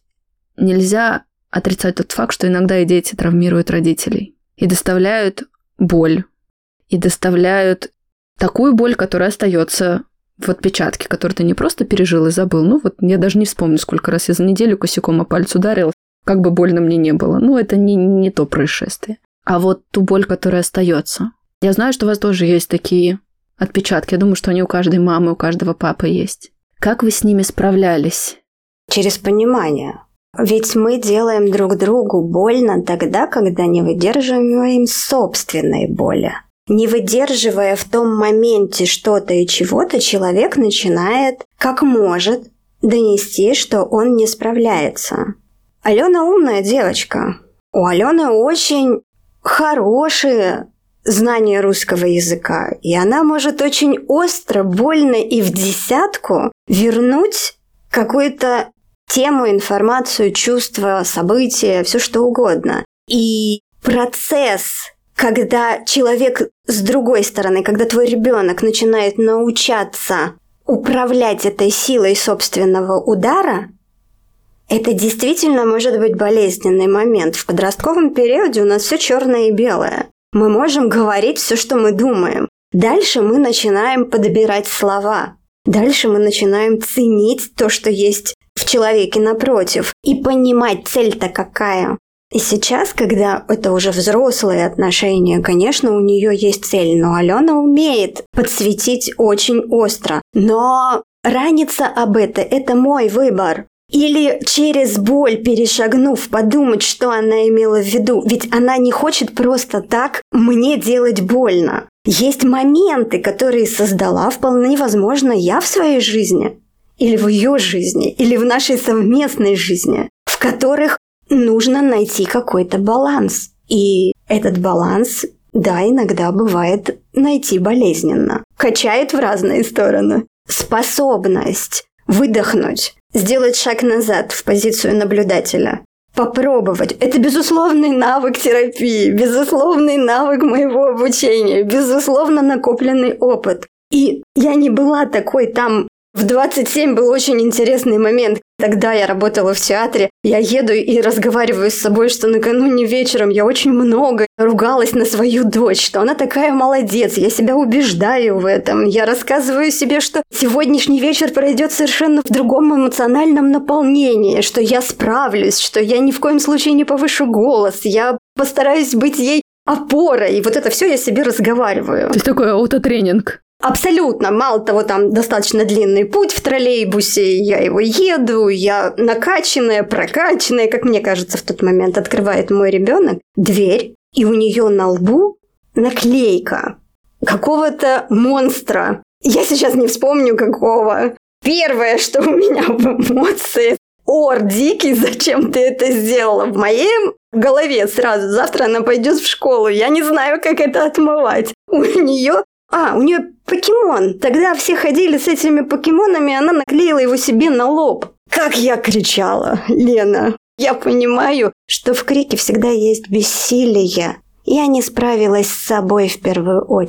нельзя отрицать тот факт, что иногда и дети травмируют родителей. И доставляют боль. И доставляют такую боль, которая остается в отпечатке, который ты не просто пережил и забыл. Ну вот я даже не вспомню, сколько раз я за неделю косяком о палец ударила, как бы больно мне не было. Ну это не, не то происшествие. А вот ту боль, которая остается. Я знаю, что у вас тоже есть такие отпечатки. Я думаю, что они у каждой мамы, у каждого папы есть. Как вы с ними справлялись? Через понимание. Ведь мы делаем друг другу больно тогда, когда не выдерживаем собственной боли. Не выдерживая в том моменте что-то и чего-то, человек начинает, как может, донести, что он не справляется. Алена умная девочка. У Алены очень хорошие знания русского языка, и она может очень остро, больно и в десятку вернуть какую-то тему, информацию, чувство, событие, все что угодно. И процесс, когда человек с другой стороны, когда твой ребенок начинает научаться управлять этой силой собственного удара, это действительно может быть болезненный момент. В подростковом периоде у нас все черное и белое. Мы можем говорить все, что мы думаем. Дальше мы начинаем подбирать слова. Дальше мы начинаем ценить то, что есть в человеке напротив, и понимать, цель-то какая. И сейчас, когда это уже взрослые отношения, конечно, у нее есть цель, но Алена умеет подсветить очень остро. Но раниться об этом – это мой выбор. Или через боль, перешагнув, подумать, что она имела в виду. Ведь она не хочет просто так мне делать больно. Есть моменты, которые создала вполне возможно я в своей жизни, или в ее жизни, или в нашей совместной жизни, в которых нужно найти какой-то баланс. И этот баланс, да, иногда бывает найти болезненно. Качает в разные стороны. Способность выдохнуть, сделать шаг назад в позицию наблюдателя, попробовать. Это безусловный навык терапии, безусловный навык моего обучения, безусловно накопленный опыт. И я не была такой там. В двадцать семь был очень интересный момент. Тогда я работала в театре. Я еду и разговариваю с собой, что накануне вечером я очень много ругалась на свою дочь, что она такая молодец. Я себя убеждаю в этом. Я рассказываю себе, что сегодняшний вечер пройдет совершенно в другом эмоциональном наполнении, что я справлюсь, что я ни в коем случае не повышу голос. Я постараюсь быть ей опорой. И вот это все я себе разговариваю. То есть такой аутотренинг. Абсолютно. Мало того, там достаточно длинный путь в троллейбусе, я его еду, я накачанная, прокачанная, как мне кажется, в тот момент открывает мой ребенок дверь, и у нее на лбу наклейка какого-то монстра. Я сейчас не вспомню какого. Первое, что у меня в эмоции: «Ор, дикий, зачем ты это сделала?» В моей голове сразу: завтра она пойдет в школу, я не знаю, как это отмывать. У нее А, у нее покемон. Тогда все ходили с этими покемонами, она наклеила его себе на лоб. Как я кричала, Лена. Я понимаю, что в крике всегда есть бессилие. Я не справилась с собой в первую очередь.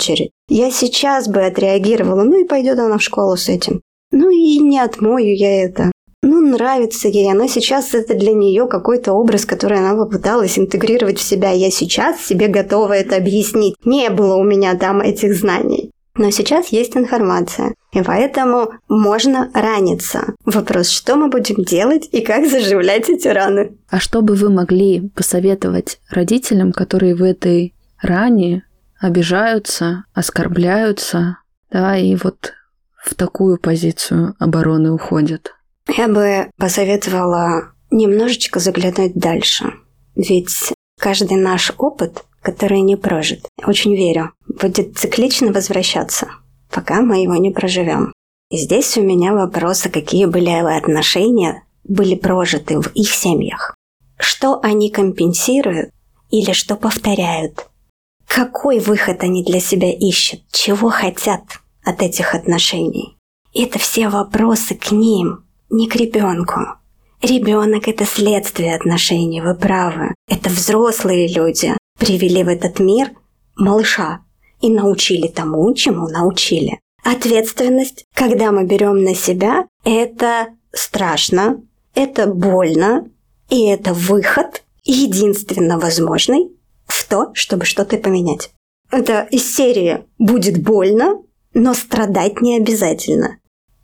Я сейчас бы отреагировала, ну и пойдет она в школу с этим. Ну и не отмою я это. Ну, нравится ей, она сейчас это для нее какой-то образ, который она попыталась интегрировать в себя. Я сейчас себе готова это объяснить. Не было у меня там этих знаний. Но сейчас есть информация, и поэтому можно раниться. Вопрос, что мы будем делать и как заживлять эти раны. А что бы вы могли посоветовать родителям, которые в этой ране обижаются, оскорбляются, да, и вот в такую позицию обороны уходят? Я бы посоветовала немножечко заглянуть дальше. Ведь каждый наш опыт, который не прожит, очень верю, будет циклично возвращаться, пока мы его не проживем. И здесь у меня вопросы, какие были отношения, были прожиты в их семьях. Что они компенсируют или что повторяют? Какой выход они для себя ищут? Чего хотят от этих отношений? Это все вопросы к ним. Не к ребенку. Ребенок – это следствие отношений, вы правы. Это взрослые люди привели в этот мир малыша и научили тому, чему научили. Ответственность, когда мы берем на себя, это страшно, это больно, и это выход, единственно возможный, в то, чтобы что-то поменять. Это из серии «будет больно, но страдать не обязательно».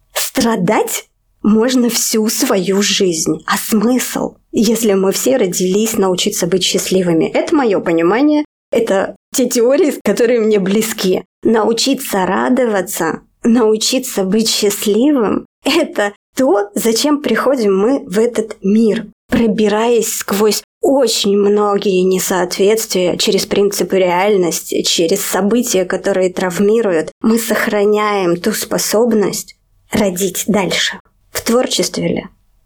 Страдать можно всю свою жизнь. А смысл, если мы все родились научиться быть счастливыми? Это мое понимание. Это те теории, которые мне близки. Научиться радоваться, научиться быть счастливым – это то, зачем приходим мы в этот мир, пробираясь сквозь очень многие несоответствия через принципы реальности, через события, которые травмируют. Мы сохраняем ту способность родить дальше. В творчестве ли?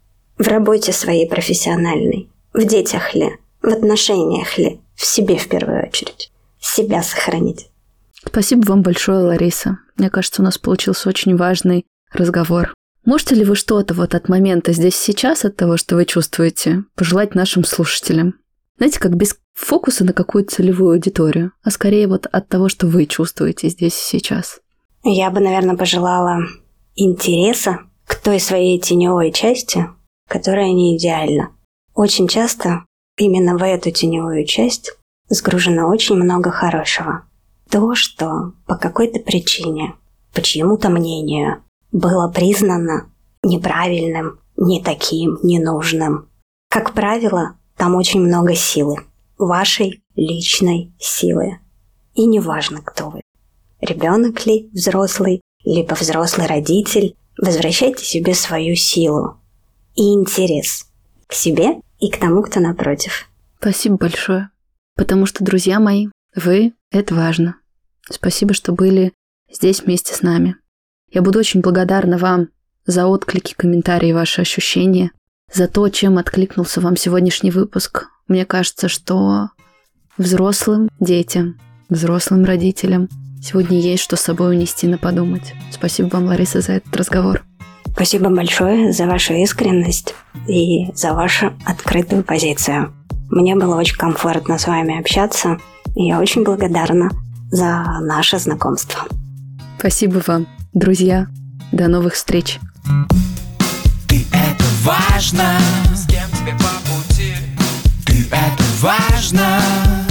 В работе своей профессиональной? В детях ли? В отношениях ли? В себе в первую очередь. Себя сохранить. Спасибо вам большое, Лариса. Мне кажется, у нас получился очень важный разговор. Можете ли вы что-то вот от момента здесь сейчас, от того, что вы чувствуете, пожелать нашим слушателям? Знаете, как без фокуса на какую-то целевую аудиторию, а скорее вот от того, что вы чувствуете здесь и сейчас. Я бы, наверное, пожелала интереса к той своей теневой части, которая не идеальна. Очень часто именно в эту теневую часть сгружено очень много хорошего. То, что по какой-то причине, по чьему-то мнению, было признано неправильным, не таким, ненужным. Как правило, там очень много силы. Вашей личной силы. И неважно, кто вы. Ребенок ли, взрослый, либо взрослый родитель, возвращайте себе свою силу и интерес к себе и к тому, кто напротив. Спасибо большое. Потому что, друзья мои, вы – это важно. Спасибо, что были здесь вместе с нами. Я буду очень благодарна вам за отклики, комментарии, ваши ощущения, за то, чем откликнулся вам сегодняшний выпуск. Мне кажется, что взрослым детям, взрослым родителям сегодня есть что с собой унести на подумать. Спасибо вам, Лариса, за этот разговор. Спасибо большое за вашу искренность и за вашу открытую позицию. Мне было очень комфортно с вами общаться, и я очень благодарна за наше знакомство. Спасибо вам, друзья. До новых встреч. Ты это важно, с кем тебе по пути. Ты это важно.